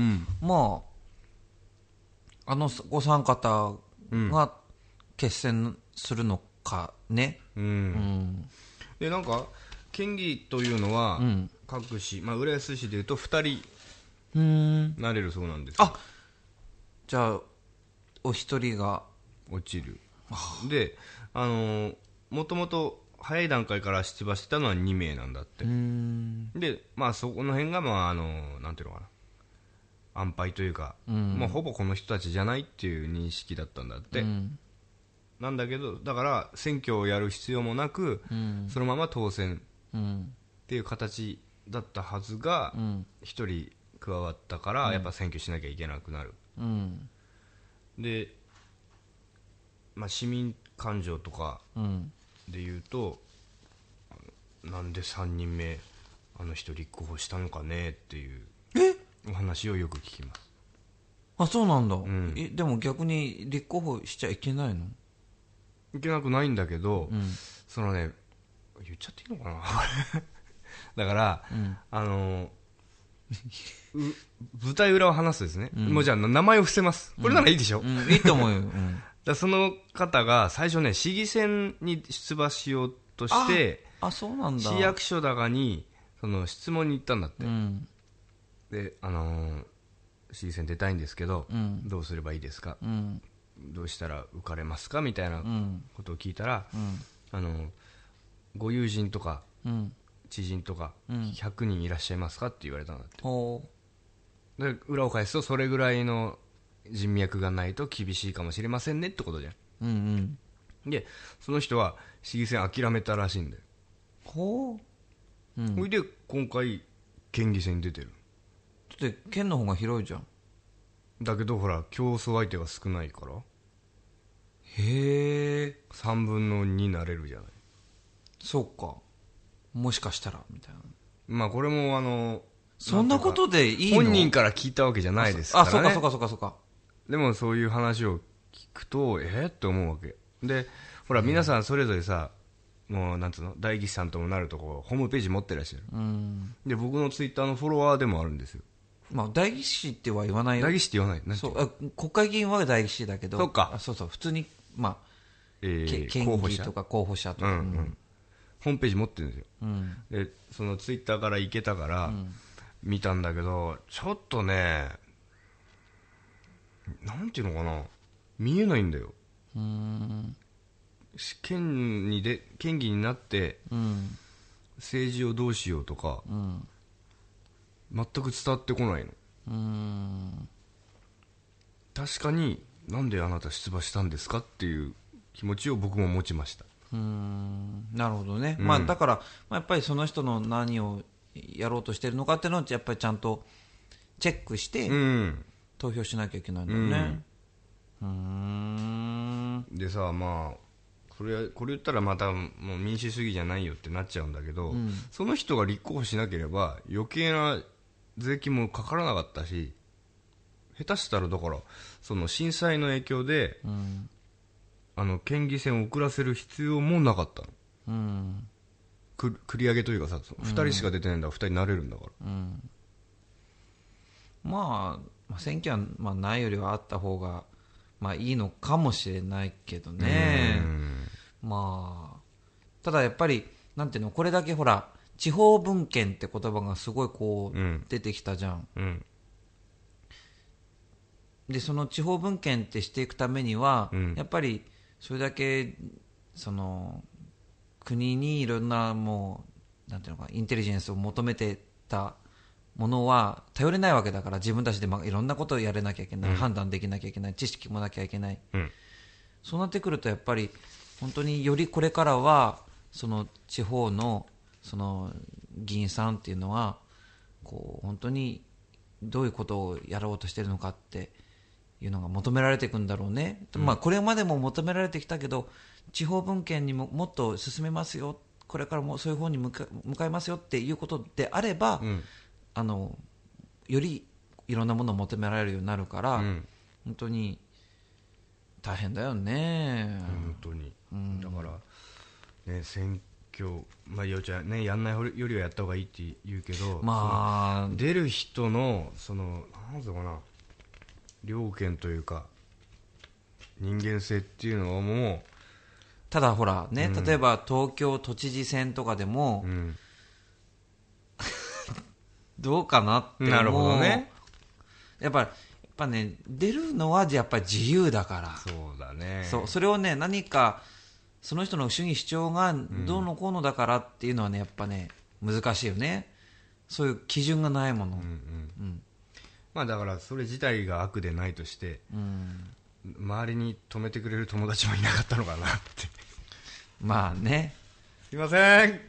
ご三方が決戦するのかね。 でなんか県議というのは、各市、浦安市でいうと2人なれるそうなんです。 じゃあお一人が落ちる。でもともと早い段階から出馬してたのは2名なんだって。でそこの辺がなんていうのかな、安牌というか、ほぼこの人たちじゃないっていう認識だったんだって。なんだけど、だから選挙をやる必要もなく、そのまま当選っていう形だったはずが、一人加わったから、やっぱ選挙しなきゃいけなくなる。で、市民感情とかでいうと、なんで3人目あの人立候補したのかねっていうお話をよく聞きます。 そうなんだ。でも逆に立候補しちゃいけないの？ いけなくないんだけど、言っちゃっていいのかなだから、舞台裏を話すですね。もうじゃあ名前を伏せます。これならいいでしょ。 いいと思うよ。 だその方が最初ね、市議選に出馬しようとして、 そうなんだ。 市役所だがに質問に行ったんだって。で、 市議選出たいんですけど、どうすればいいですか、どうしたら受かれますかみたいなことを聞いたら、ご友人とか、知人とか100人いらっしゃいますかって言われたんだって。で裏を返すと、それぐらいの人脈がないと厳しいかもしれませんねってことじゃん。でその人は市議選諦めたらしいんだよ。それで今回県議選に出てる。 だって県の方が広いじゃん。 だけどほら競争相手が少ないから、 へえ、 3分の2になれるじゃない。 そうか、もしかしたらみたいな。 まあこれもそんなことでいいの？ 本人から聞いたわけじゃないですからね。 そうか。 でもそういう話を聞くとって思うわけで、ほら皆さんそれぞれさ、もうなんつうの、代議士さんともなるとこホームページ持ってらっしゃる。で僕のツイッターのフォロワーでもあるんですよ。 まあ代議士っては言わないよ。 代議士って言わない。 そう国会議員は代議士だけど。 そうか。 そう普通にまあ、県議とか候補者とか、 ホームページ持ってるんですよ。でそのツイッターから行けたから、見たんだけど、ちょっとね、なんていうのかな、見えないんだよ。県議になって、政治をどうしようとか、全く伝わってこないの。確かになんであなた出馬したんですかっていう気持ちを僕も持ちました。 なるほどね。まあだから、やっぱりその人の何をやろうとしてるのかっていうのをやっぱりちゃんとチェックして投票しなきゃいけないんだよね。 でさ、まあこれ言ったらまたもう民主主義じゃないよってなっちゃうんだけど、その人が立候補しなければ余計な税金もかからなかったし、下手したらだからその震災の影響で、県議選を遅らせる必要もなかったの。繰り上げというかさ、2人しか出てないんだから2人になれるんだから、 まあ選挙はまあないよりはあった方がまあいいのかもしれないけどね。まあただやっぱりなんていうの、これだけほら地方分権って言葉がすごいこう出てきたじゃん。でその地方分権ってしていくためには、やっぱりそれだけその国にいろんなもうなんていうのか、インテリジェンスを求めてたものは頼れないわけだから、自分たちでいろんなことをやれなきゃいけない、判断できなきゃいけない、知識もなきゃいけない、そうなってくるとやっぱり本当によりこれからはその地方のその議員さんっていうのはこう本当にどういうことをやろうとしてるのかっていうのが求められていくんだろうね。まあこれまでも求められてきたけど、地方分権にももっと進めますよ、これからもそういう方に向かいますよっていうことであれば、よりいろんなものを求められるようになるから、本当に大変だよね。 本当に、だから、ね、選挙、まあ、よちゃんね、やんないよりはやった方がいいって言うけど、まあ、出る人のそのなんていうのかな、両権というか人間性っていうのはもう、 ただほらね、例えば東京都知事選とかでも、どうかなって思う。 なるほどね。 やっぱね、出るのはやっぱり自由だから。 そうだね。 それをね、何かその人の主義主張がどうのこうのだからっていうのはね、やっぱね難しいよね。そういう基準がないもの。 まあだからそれ自体が悪でないとして、周りに止めてくれる友達もいなかったのかなってまあね、 すいません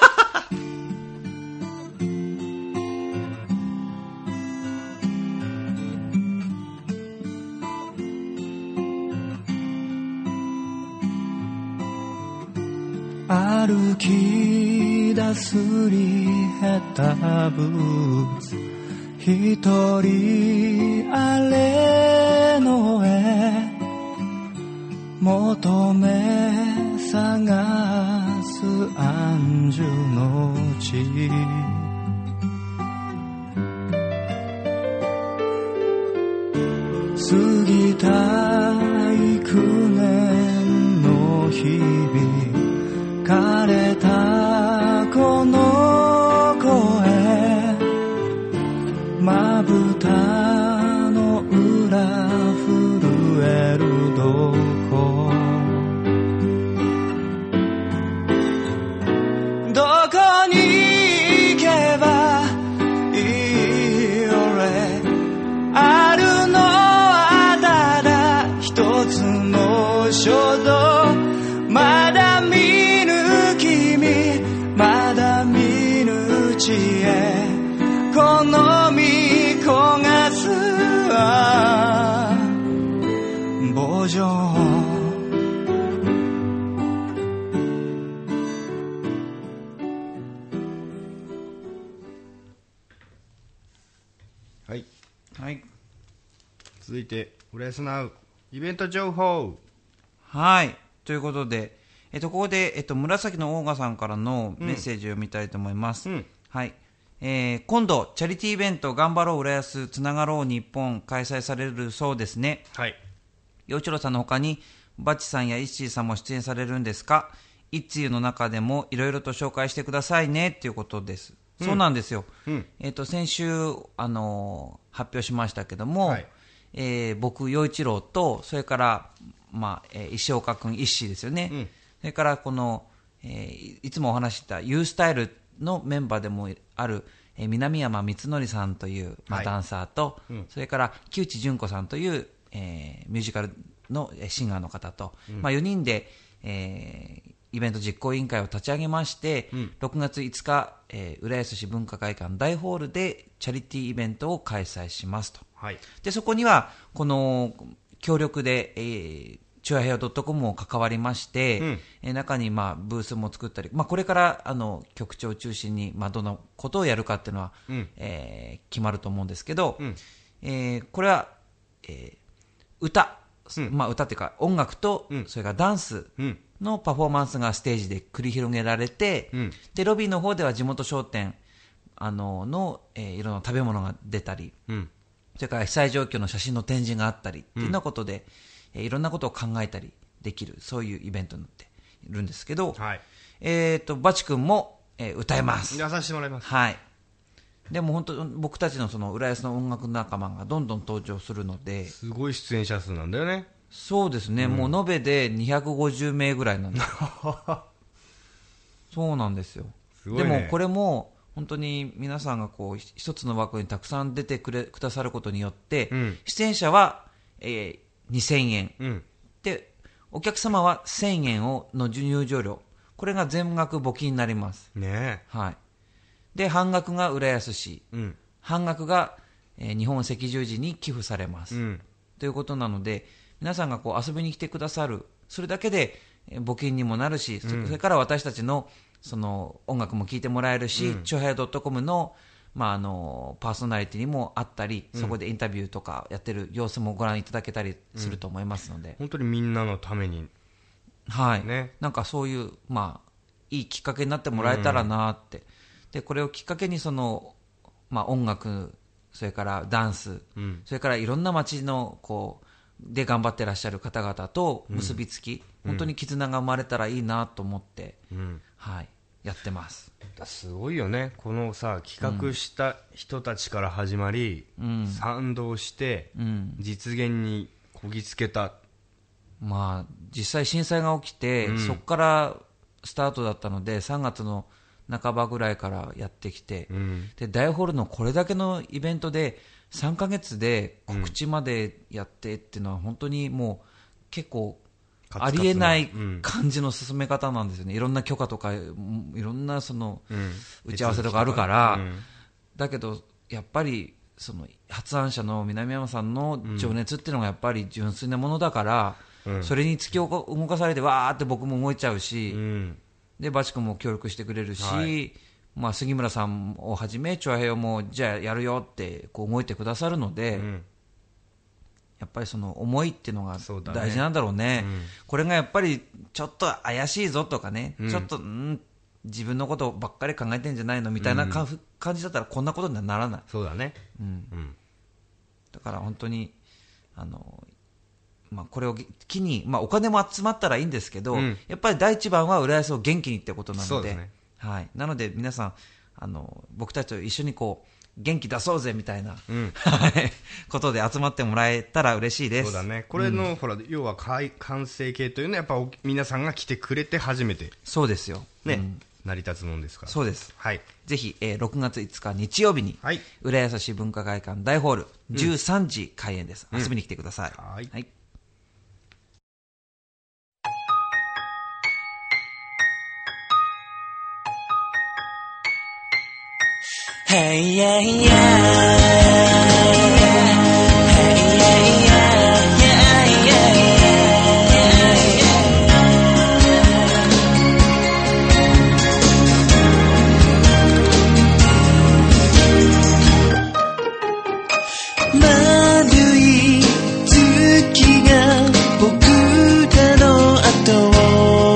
歩き出すり減ったブーツ、一人あれの絵求め探す安住の地、過ぎた幾年の日々、枯れたこの声、まぶたの衝動まだ見ぬ君まだ見ぬ地へこの身焦がす傍情はい、 はい、 続いて浦安ナウイベント情報。 はい、ということで、ここで、紫のオーガさんからのメッセージを見たいと思います。はい。今度、チャリティーイベント、頑張ろう浦安、つながろう日本、開催されるそうですね。 はい。 陽一郎さんの他に、バチさんやイッシーさんも出演されるんですか？一通の中でもいろいろと紹介してくださいね、っていうことです。そうなんですよ。先週、発表しましたけども、はい、僕、陽一郎と、それから、石岡君、イッシーですよね。それからこの、いつもお話ししたユースタイルのメンバーでもある、南山光則さんという、ダンサーと、それから木内純子さんという、ミュージカルのシンガーの方と、4人で、イベント実行委員会を立ち上げまして、6月5日、浦安市文化会館大ホールでチャリティーイベントを開催しますと。はい、でそこにはこの協力で、チュアヘア .com も関わりまして、中にブースも作ったり、これから局長を中心に、どのことをやるかっていうのは、決まると思うんですけど、これは、歌、歌っていうか音楽と、それからダンスのパフォーマンスがステージで繰り広げられて、でロビーの方では地元商店の、いろんな食べ物が出たり、それから被災状況の写真の展示があったりっていうようなことで、いろんなことを考えたりできる、そういうイベントになっているんですけど、はい、バチ君も、歌えます。 やらせてもらいます。 はい。でも本当僕たちのその浦安の音楽仲間がどんどん登場するので、 すごい出演者数なんだよね。 そうですね、もう延べで250名ぐらいなんですそうなんですよ。すごいね。でもこれも本当に皆さんがこう一つの枠にたくさん出てくださることによって、出演者は、2000円、でお客様は1000円の入場料、これが全額募金になりますね。はい。で半額が浦安市、半額が、日本赤十字に寄付されます、ということなので、皆さんがこう遊びに来てくださる、それだけで募金にもなるし、それから私たちのその音楽も聴いてもらえるし、チュハヤ .com の、パーソナリティにもあったり、そこでインタビューとかやってる様子もご覧いただけたりすると思いますので、 本当にみんなのために、 はいね、なんかそういう、いいきっかけになってもらえたらなって、でこれをきっかけにその、音楽、それからダンス、それからいろんな街のこうで頑張ってらっしゃる方々と結びつき、本当に絆が生まれたらいいなと思って、はい、やってます。 すごいよね、このさ企画した人たちから始まり、賛同して、実現にこぎつけた、 実際震災が起きて、そこからスタートだったので3月の半ばぐらいからやってきて、で大ホールのこれだけのイベントで3ヶ月で告知までやってっていうのは本当にもう結構ありえない感じの進め方なんですよね。いろんな許可とかいろんなその打ち合わせとかあるから、だけどやっぱりその発案者の南山さんの情熱っていうのがやっぱり純粋なものだから、それに突き動かされてわーって僕も動いちゃうし、でバチ君も協力してくれるし、杉村さんをはじめチョアヘヨもじゃあやるよってこう動いてくださるので、やっぱりその思いっていうのが大事なんだろうね。これがやっぱりちょっと怪しいぞとかね、ちょっと自分のことばっかり考えてんじゃないのみたいな感じだったらこんなことにはならない。 そうだね。 だから本当にこれを機に、お金も集まったらいいんですけど、やっぱり第一番は浦安を元気にってことなので、はい、なので皆さん僕たちと一緒にこう元気出そうぜみたいな、ことで集まってもらえたら嬉しいです。 そうだね。これの、ほら要は完成形というのはやっぱ皆さんが来てくれて初めて、 そうですよね、 成り立つもんですから。 そうです。はい。ぜひ、6月5日日曜日に、浦安市文化会館大ホール13時開演です。遊びに来てください。はい。 Hey yeah yeah Hey yeah yeah yeah yeah 丸い月が僕らの後を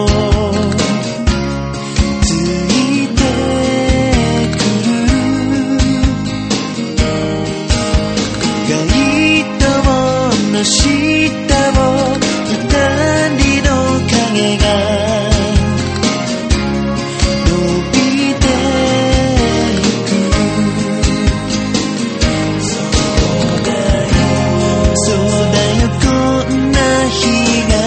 下を二人の影が伸びてゆくそうだよこんな日が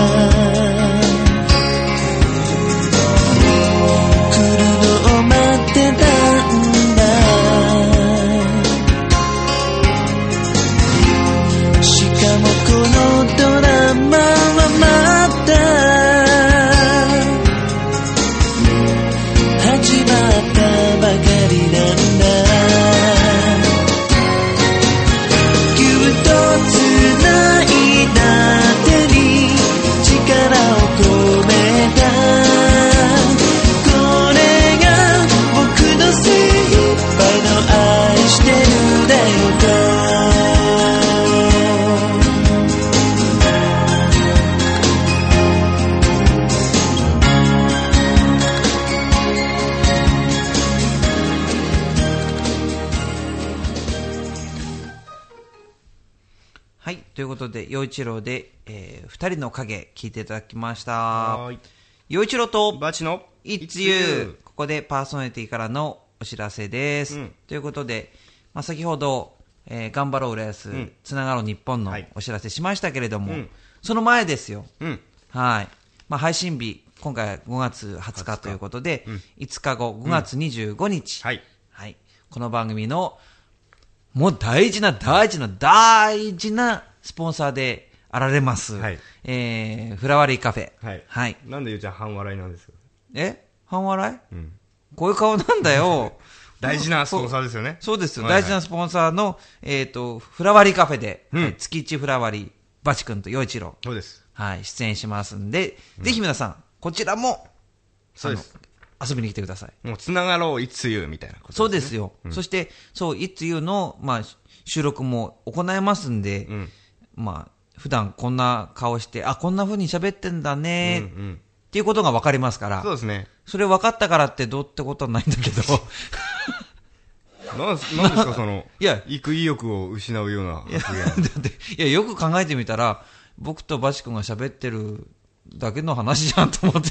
来るのを待ってたんだしかもこのドラマはまた始まったばかりなんだぎゅっとつないだ手に力を込めたこれが僕の精一杯の愛してるだよとはい、ということで、陽一郎で、二人の影、聞いていただきました。 はーい。 陽一郎と、 バチの It's You。ここでパーソナリティからのお知らせです。ということで、まあ、先ほど、頑張ろう浦安、つながろう日本のお知らせしましたけれども、その前ですよ。はい。まあ、配信日、今回は5月20日ということで、5日後、5月25日。はい。この番組の、もう大事なスポンサーであられます。フラワリーカフェ。はい。 なんでゆうちゃん半笑いなんですか？ 半笑い？こういう顔なんだよ。 大事なスポンサーですよね。 そうですよ。大事なスポンサーの、フラワリーカフェで、月一フラワリー、バチ君と陽一郎。 そうです。 はい、出演しますんで、ぜひ皆さん、こちらも、 そうです。 遊びに来てください。 もうつながろう、It's You みたいなことですね。 そうですよ。そして、そう、It's You の、まあ、収録も行いますんで、まあ、普段こんな顔して、あ、こんな風に喋ってんだね、っていうことが分かりますから。 そうですね。 それ分かったからってどうってことはないんだけど。 なんですか、その、行く意欲を失うような発言。 だって、よく考えてみたら、僕とバチ君が喋ってるだけの話じゃんと思って。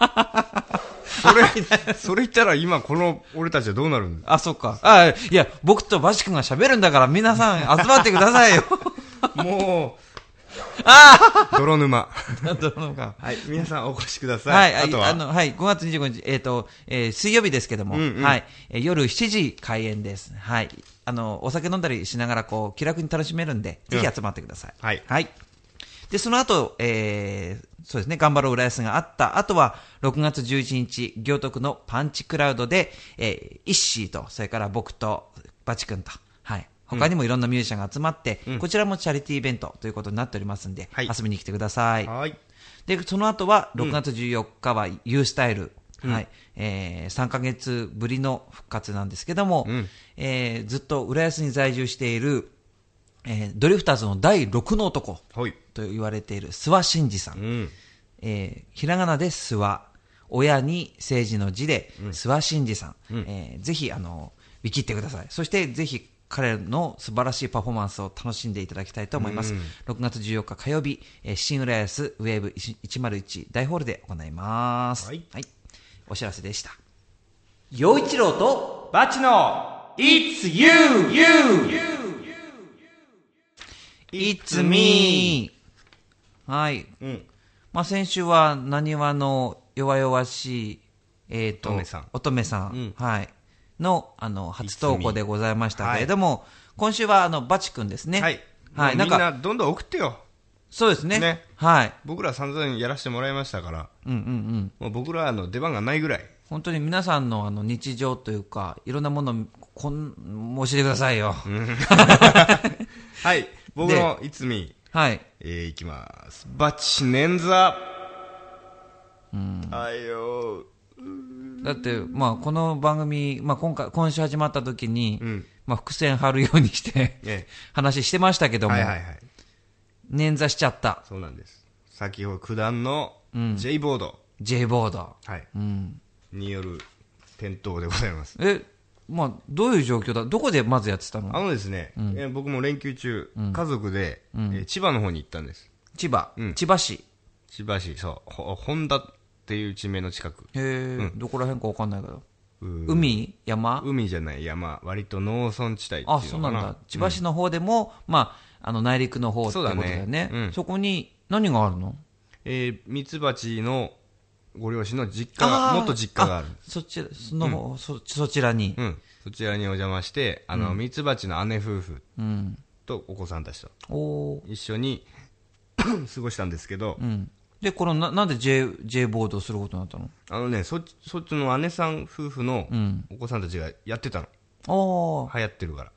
それ言ったら今この俺たちはどうなるんだ？ あ、そっか。いや、僕とバチ君が喋るんだから皆さん集まってくださいよ。 もう、泥沼。はい、皆さんお越しください。 はい、あとは5月25日、水曜日ですけども、はい、夜7時開演です。はい。お酒飲んだりしながら、こう、気楽に楽しめるんで、ぜひ集まってください。はい。で、その後、そうですね、頑張ろう浦安があった後は、6月11日、行徳のパンチクラウドで、イッシーと、それから僕と、バチ君と、はい。他にもいろんなミュージシャンが集まって、こちらもチャリティーイベントということになっておりますんで、遊びに来てください。で、その後は、6月14日は、ユースタイル。はい。3ヶ月ぶりの復活なんですけども、ずっと浦安に在住している、ドリフターズの第6の男と言われている諏訪真二さん、ひらがなで諏訪、親に政治の字で諏訪真二さん、ぜひ見切ってください。そしてぜひ彼の素晴らしいパフォーマンスを楽しんでいただきたいと思います。6月14日火曜日、新浦安ウェーブ101大ホールで行います。はい。お知らせでした。陽一郎とバチの It's You! It's me! はい。まあ、先週は、なにわの弱々しい、乙女さん。はい。の、初投稿でございましたけれども、今週は、バチ君ですね。 はい。はい。みんな、どんどん送ってよ。 そうですね。はい。 僕ら散々やらせてもらいましたから。もう僕らの出番がないぐらい。 本当に皆さんの日常というか、いろんなもの教えてくださいよ。 はい。僕のいつみ。 はい。 いきます。バチネンザ。あいよ。 だって、まあ、この番組、まあ、今週始まった時に、まあ、伏線張るようにして、話してましたけども、捻挫しちゃった。 そうなんです。先ほど九段の J ボード。 J ボード。 はい。による転倒でございます。 まあ、どういう状況だ、どこでまずやってたの？ ですね、僕も連休中、家族で、千葉の方に行ったんです。 千葉、千葉市。 千葉市、そう、本田っていう地名の近く。 どこら辺か分かんないけど。海じゃない、山。割と農村地帯っていうのかな。あ、 そうなんだ。千葉市の方でも、まあ、内陸の方ってことだよね。そこに何があるの？ ミツバチのご両親の実家が、元実家がある。 そちらに。 そちらにお邪魔して、ミツバチの姉夫婦とお子さんたちと一緒に過ごしたんですけど、 で、このなんで J ボードをすることになったの？ そっちの姉さん夫婦のお子さんたちがやってたの。流行ってるから。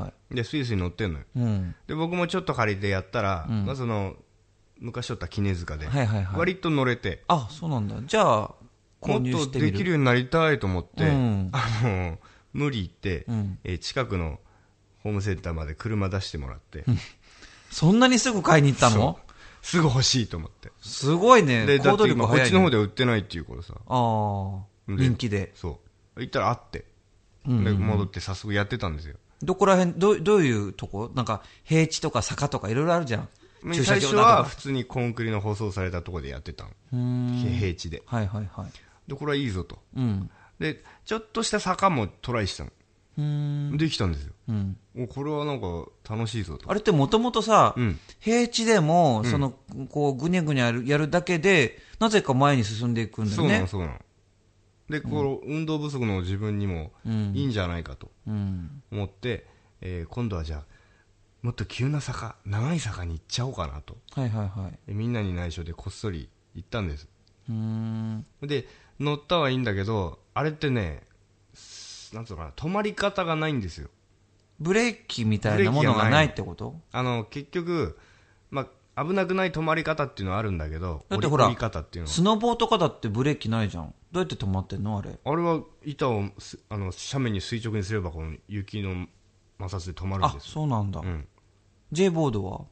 で、スイスイ乗ってんのよ。で、僕もちょっと借りてやったら、昔取った杵塚で、割と乗れて。 あ、そうなんだ。じゃあ、購入してみる。 もっとできるようになりたいと思って、無理言って、近くのホームセンターまで車出してもらって。 そんなにすぐ買いに行ったの？ すぐ欲しいと思って。 すごいね。 で、だって今こっちの方では売ってないっていうからさ。 人気で。 そう。行ったらあって。で、戻って早速やってたんですよ。 どこら辺、どういうとこ？なんか、平地とか坂とかいろいろあるじゃん。 最初は普通にコンクリの舗装されたところでやってたの。平地で。で、これはいいぞと。で、ちょっとした坂もトライしたの。できたんですよ。これはなんか楽しいぞと。 あれってもともとさ、平地でも、こう、ぐにゃぐにゃやるだけで、なぜか前に進んでいくんだよね。 そうなの。で、この運動不足の自分にもいいんじゃないかと思って、今度はじゃあ、もっと急な坂、長い坂に行っちゃおうかなと。みんなに内緒でこっそり行ったんです。で、乗ったはいいんだけど、あれってね、なんつうのかな、止まり方がないんですよ。 ブレーキみたいなものがないってこと？ 結局、危なくない止まり方っていうのはあるんだけど、 だってほら、 降り方っていうのはスノボーとかだってブレーキないじゃん。どうやって止まってんのあれ？ あれは板を斜面に垂直にすればこの雪の摩擦で止まるんですよ。 あ、そうなんだ。J ボードは？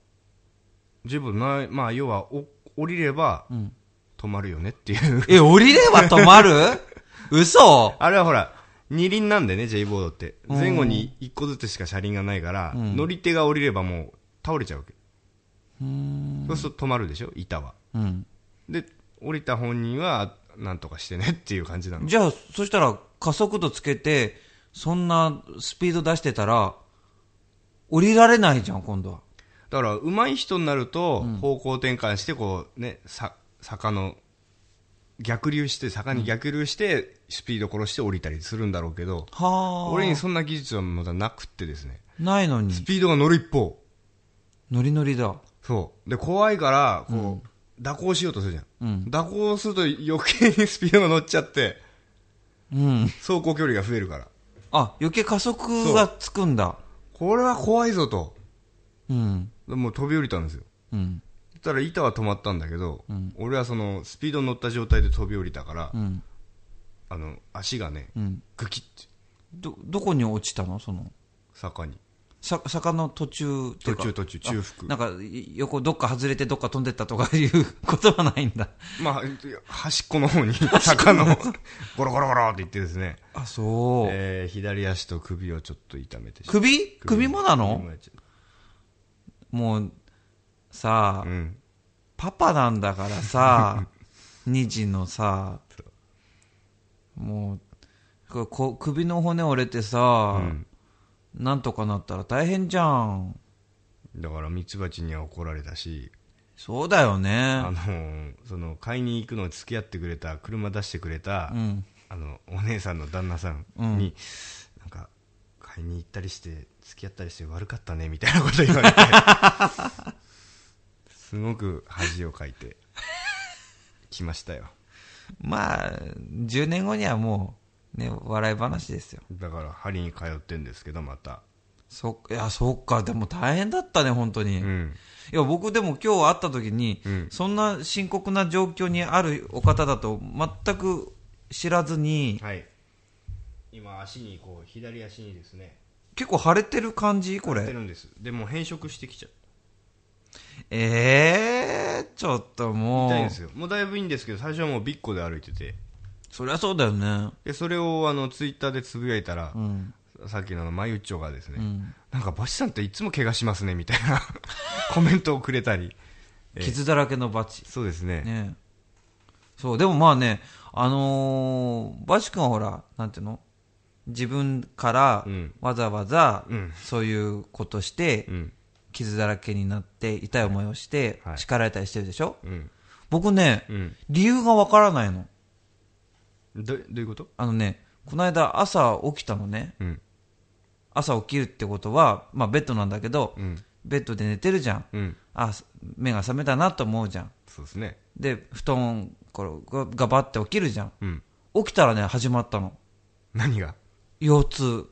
J ボードない、要は降りれば止まるよねっていう。 降りれば止まる？嘘？ あれはほら、二輪なんでね、J ボードって。前後に一個ずつしか車輪がないから、乗り手が降りればもう倒れちゃうわけ。そうすると止まるでしょ、板は。で、降りた本人はなんとかしてねっていう感じなの。 じゃあ、そしたら加速度つけて、そんなスピード出してたら、降りられないじゃん、今度は。 だから、上手い人になると、方向転換して、こうね、坂の、逆流して、坂に逆流して、スピード殺して降りたりするんだろうけど、俺にそんな技術はまだなくってですね。 ないのに。 スピードが乗る一方。 ノリノリだ。 そう。で、怖いから、こう、蛇行しようとするじゃん。蛇行すると余計にスピードが乗っちゃって、走行距離が増えるから。 あ、余計加速がつくんだ。 これは怖いぞと。もう飛び降りたんですよ。そしたら板は止まったんだけど、俺はそのスピードに乗った状態で飛び降りたから、足がね、グキッて。 どこに落ちたの？その坂に。 坂の途中っていうか。 途中、中腹。 なんか、横どっか外れてどっか飛んでったとかいうことはないんだ。 端っこの方に、坂の、ゴロゴロゴロって言ってですね。 あ、そう。 左足と首をちょっと痛めて。 首もなの？もう、さあ、パパなんだからさ、2児のさ、もう、首の骨折れてさ、なんとかなったら大変じゃん。 だからミツバチには怒られたし。 そうだよね。 買いに行くのに付き合ってくれた、車出してくれた、お姉さんの旦那さんに、なんか、買いに行ったりして、付き合ったりして悪かったね、みたいなこと言われて、すごく恥をかいて、きましたよ。 まあ、10年後にはもう、ね、笑い話ですよ。 だから針に通ってんですけど、また。 いや、そっか、でも大変だったね、本当に。 うん。 いや、僕でも今日会った時に、 うん、 そんな深刻な状況にあるお方だと全く知らずに、 はい。今足にこう、左足にですね。 結構腫れてる感じこれ。 腫れてるんです。でも変色してきちゃった。 ちょっともう。 痛いんですよ。もうだいぶいいんですけど、最初はもうビッコで歩いてて。 そりゃそうだよね。 で、それをツイッターでつぶやいたら、 うん、 さっきのマユッチョがですね、 うん、 なんかバチさんっていつも怪我しますねみたいなコメントをくれたり、 傷だらけのバチ。 そうですね。 そう、でもまあね、バチ君はほら、なんていうの、自分からわざわざそういうことして、傷だらけになって痛い思いをして叱られたりしてるでしょ、僕ね、理由がわからないの。 どういうこと？ この間朝起きたのね、朝起きるってことは、まあ、ベッドなんだけど、ベッドで寝てるじゃん、目が覚めたなと思うじゃん。 そうですね。 で布団がバッて起きるじゃん、起きたらね始まったの。 何が？ 腰痛。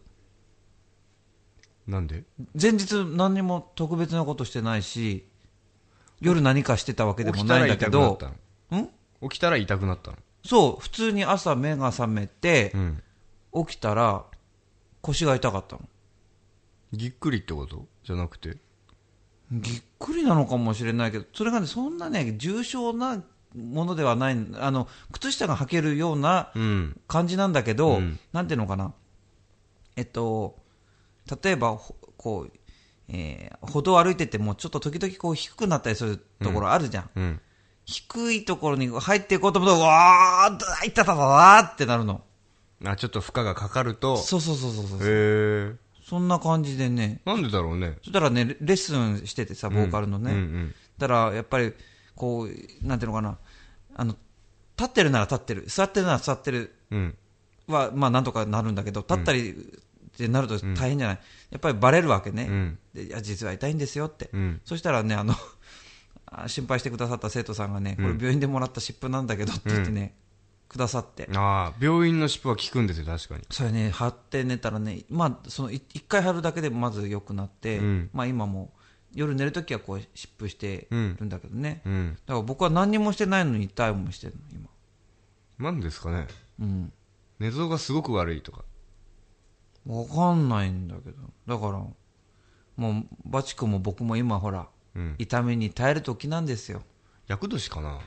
なんで？ 前日何にも特別なことしてないし、夜何かしてたわけでもないんだけど、 起きたら痛くなったの？ そう、普通に朝目が覚めて、起きたら腰が痛かったの。 ぎっくりってことじゃなくて？ ぎっくりなのかもしれないけど、それがね、そんなね重症なものではない。靴下が履けるような感じなんだけど、なんていうのかな、例えばこう、歩道を歩いててもちょっと時々こう低くなったりするところあるじゃん、低いところに入っていこうと思うと、わーっといったたわーってなるの。 ちょっと負荷がかかると。 そう。 へえ。 そんな感じでね。 なんでだろうね。 そしたらね、レッスンしててさ、ボーカルのね。だからやっぱりこう、なんていうのかな、立ってるなら立ってる、座ってるなら座ってるは、まあなんとかなるんだけど、立ったりってなると大変じゃない。やっぱりバレるわけね。で、いや実は痛いんですよって。そしたらね、心配してくださった生徒さんがね、これ病院でもらった湿布なんだけどって言ってね、くださって。 病院の湿布は効くんですよ、確かに。 それね、貼って寝たらね、まあ、その一回貼るだけでまず良くなって、まあ今も夜寝るときはこう湿布してるんだけどね。だから僕は何にもしてないのに痛い思いしてるの、今。 なんですかね。寝相がすごく悪いとか。 わかんないんだけど。だから、もう、バチ君も僕も今ほら、痛みに耐える時なんですよ。 厄年かな。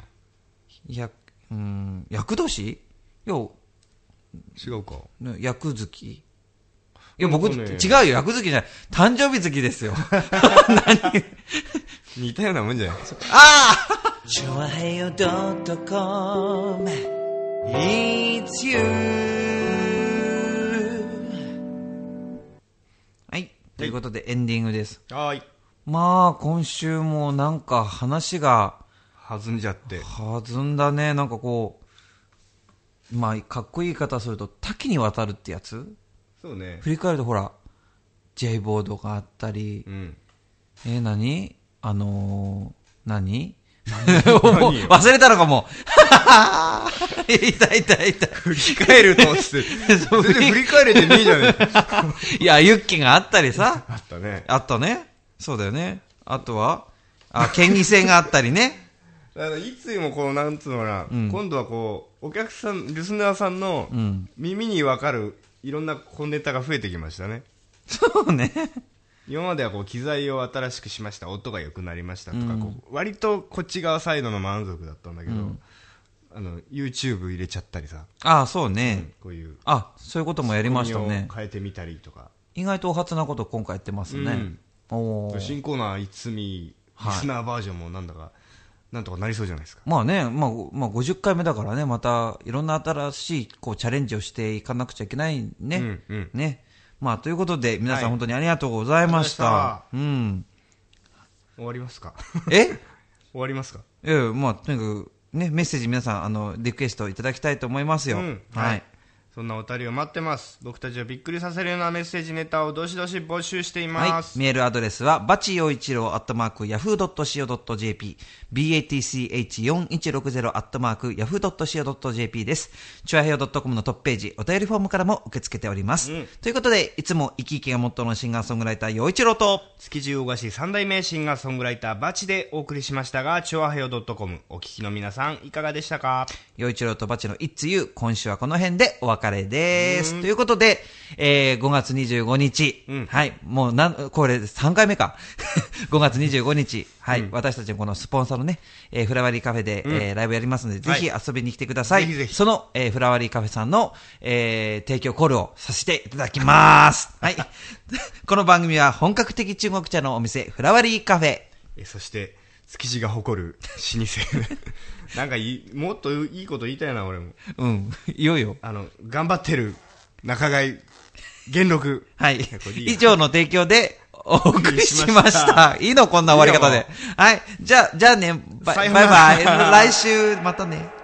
厄年？いや、 違うか。 厄月。いや、僕、違うよ、厄月じゃない。誕生日月ですよ。 何似たようなもんじゃない？ ちょわへよ .com It's you。 はい、ということでエンディングです。 はい。 まあ、今週もなんか話が弾んじゃって。 弾んだね。なんかこう、まあ、かっこいい言い方すると、多岐にわたるってやつ？ そうね。 振り返るとほら、J ボードがあったり、何忘れたのかも。痛い。 振り返るとって。全然振り返れてねえじゃねえ。 いや、ユッケがあったりさ。 あったね。 あったね。そうだよね。あとは、県議選があったりね。 いつもこう、なんつうのかな、今度はこう、お客さん、リスナーさんの耳にわかるいろんな小ネタが増えてきましたね。 そうね。 今まではこう機材を新しくしました、音が良くなりましたとか、こう割とこっち側サイドの満足だったんだけど、YouTube 入れちゃったりさ。 そうね。 こういう。 そういうこともやりましたね。 変えてみたりとか。 意外とお初なこと今回やってますね。 新コーナーいつみリスナーバージョンもなんとかなりそうじゃないですか。 まあね、まあ50回目だからね、またいろんな新しいこうチャレンジをしていかなくちゃいけないね。ね。まあということで皆さん本当にありがとうございました。終わりますか？ 終わりますか？ まあとにかくね、メッセージ皆さんリクエストいただきたいと思いますよ。 はい。 そんなお便りを待ってます。僕たちをびっくりさせるようなメッセージネタをどしどし募集しています。 はい、メールアドレスはバチ陽一郎@yahoo.co.jp batch4160@yahoo.co.jp です。チュアヘヨ .com のトップページお便りフォームからも受け付けております、ということでいつも生き生きがモットーのシンガーソングライター陽一郎と築地魚河岸三代目シンガーソングライターバチでお送りしましたが、チュアヘヨ .com お聞きの皆さんいかがでしたか？ 陽一郎とバチのIt's You、今週はこの辺でお別れです。ということで、5月25日、はい、もうこれ3回目か。5月25日、はい、私たちのこのスポンサーのね、フラワリーカフェで、ライブやりますので、ぜひ遊びに来てください。 ぜひぜひその、フラワリーカフェさんの、提供コールをさせていただきます。はい。この番組は本格的中国茶のお店、フラワリーカフェ。 そして、築地が誇る老舗。なんかもっといいこと言いたいな、俺も。 うん。いよいよ。 頑張ってる中貝、元禄。 はい。以上の提供でお送りしました。いいのこんな終わり方で。はい。じゃあね、バイバイ。来週、またね。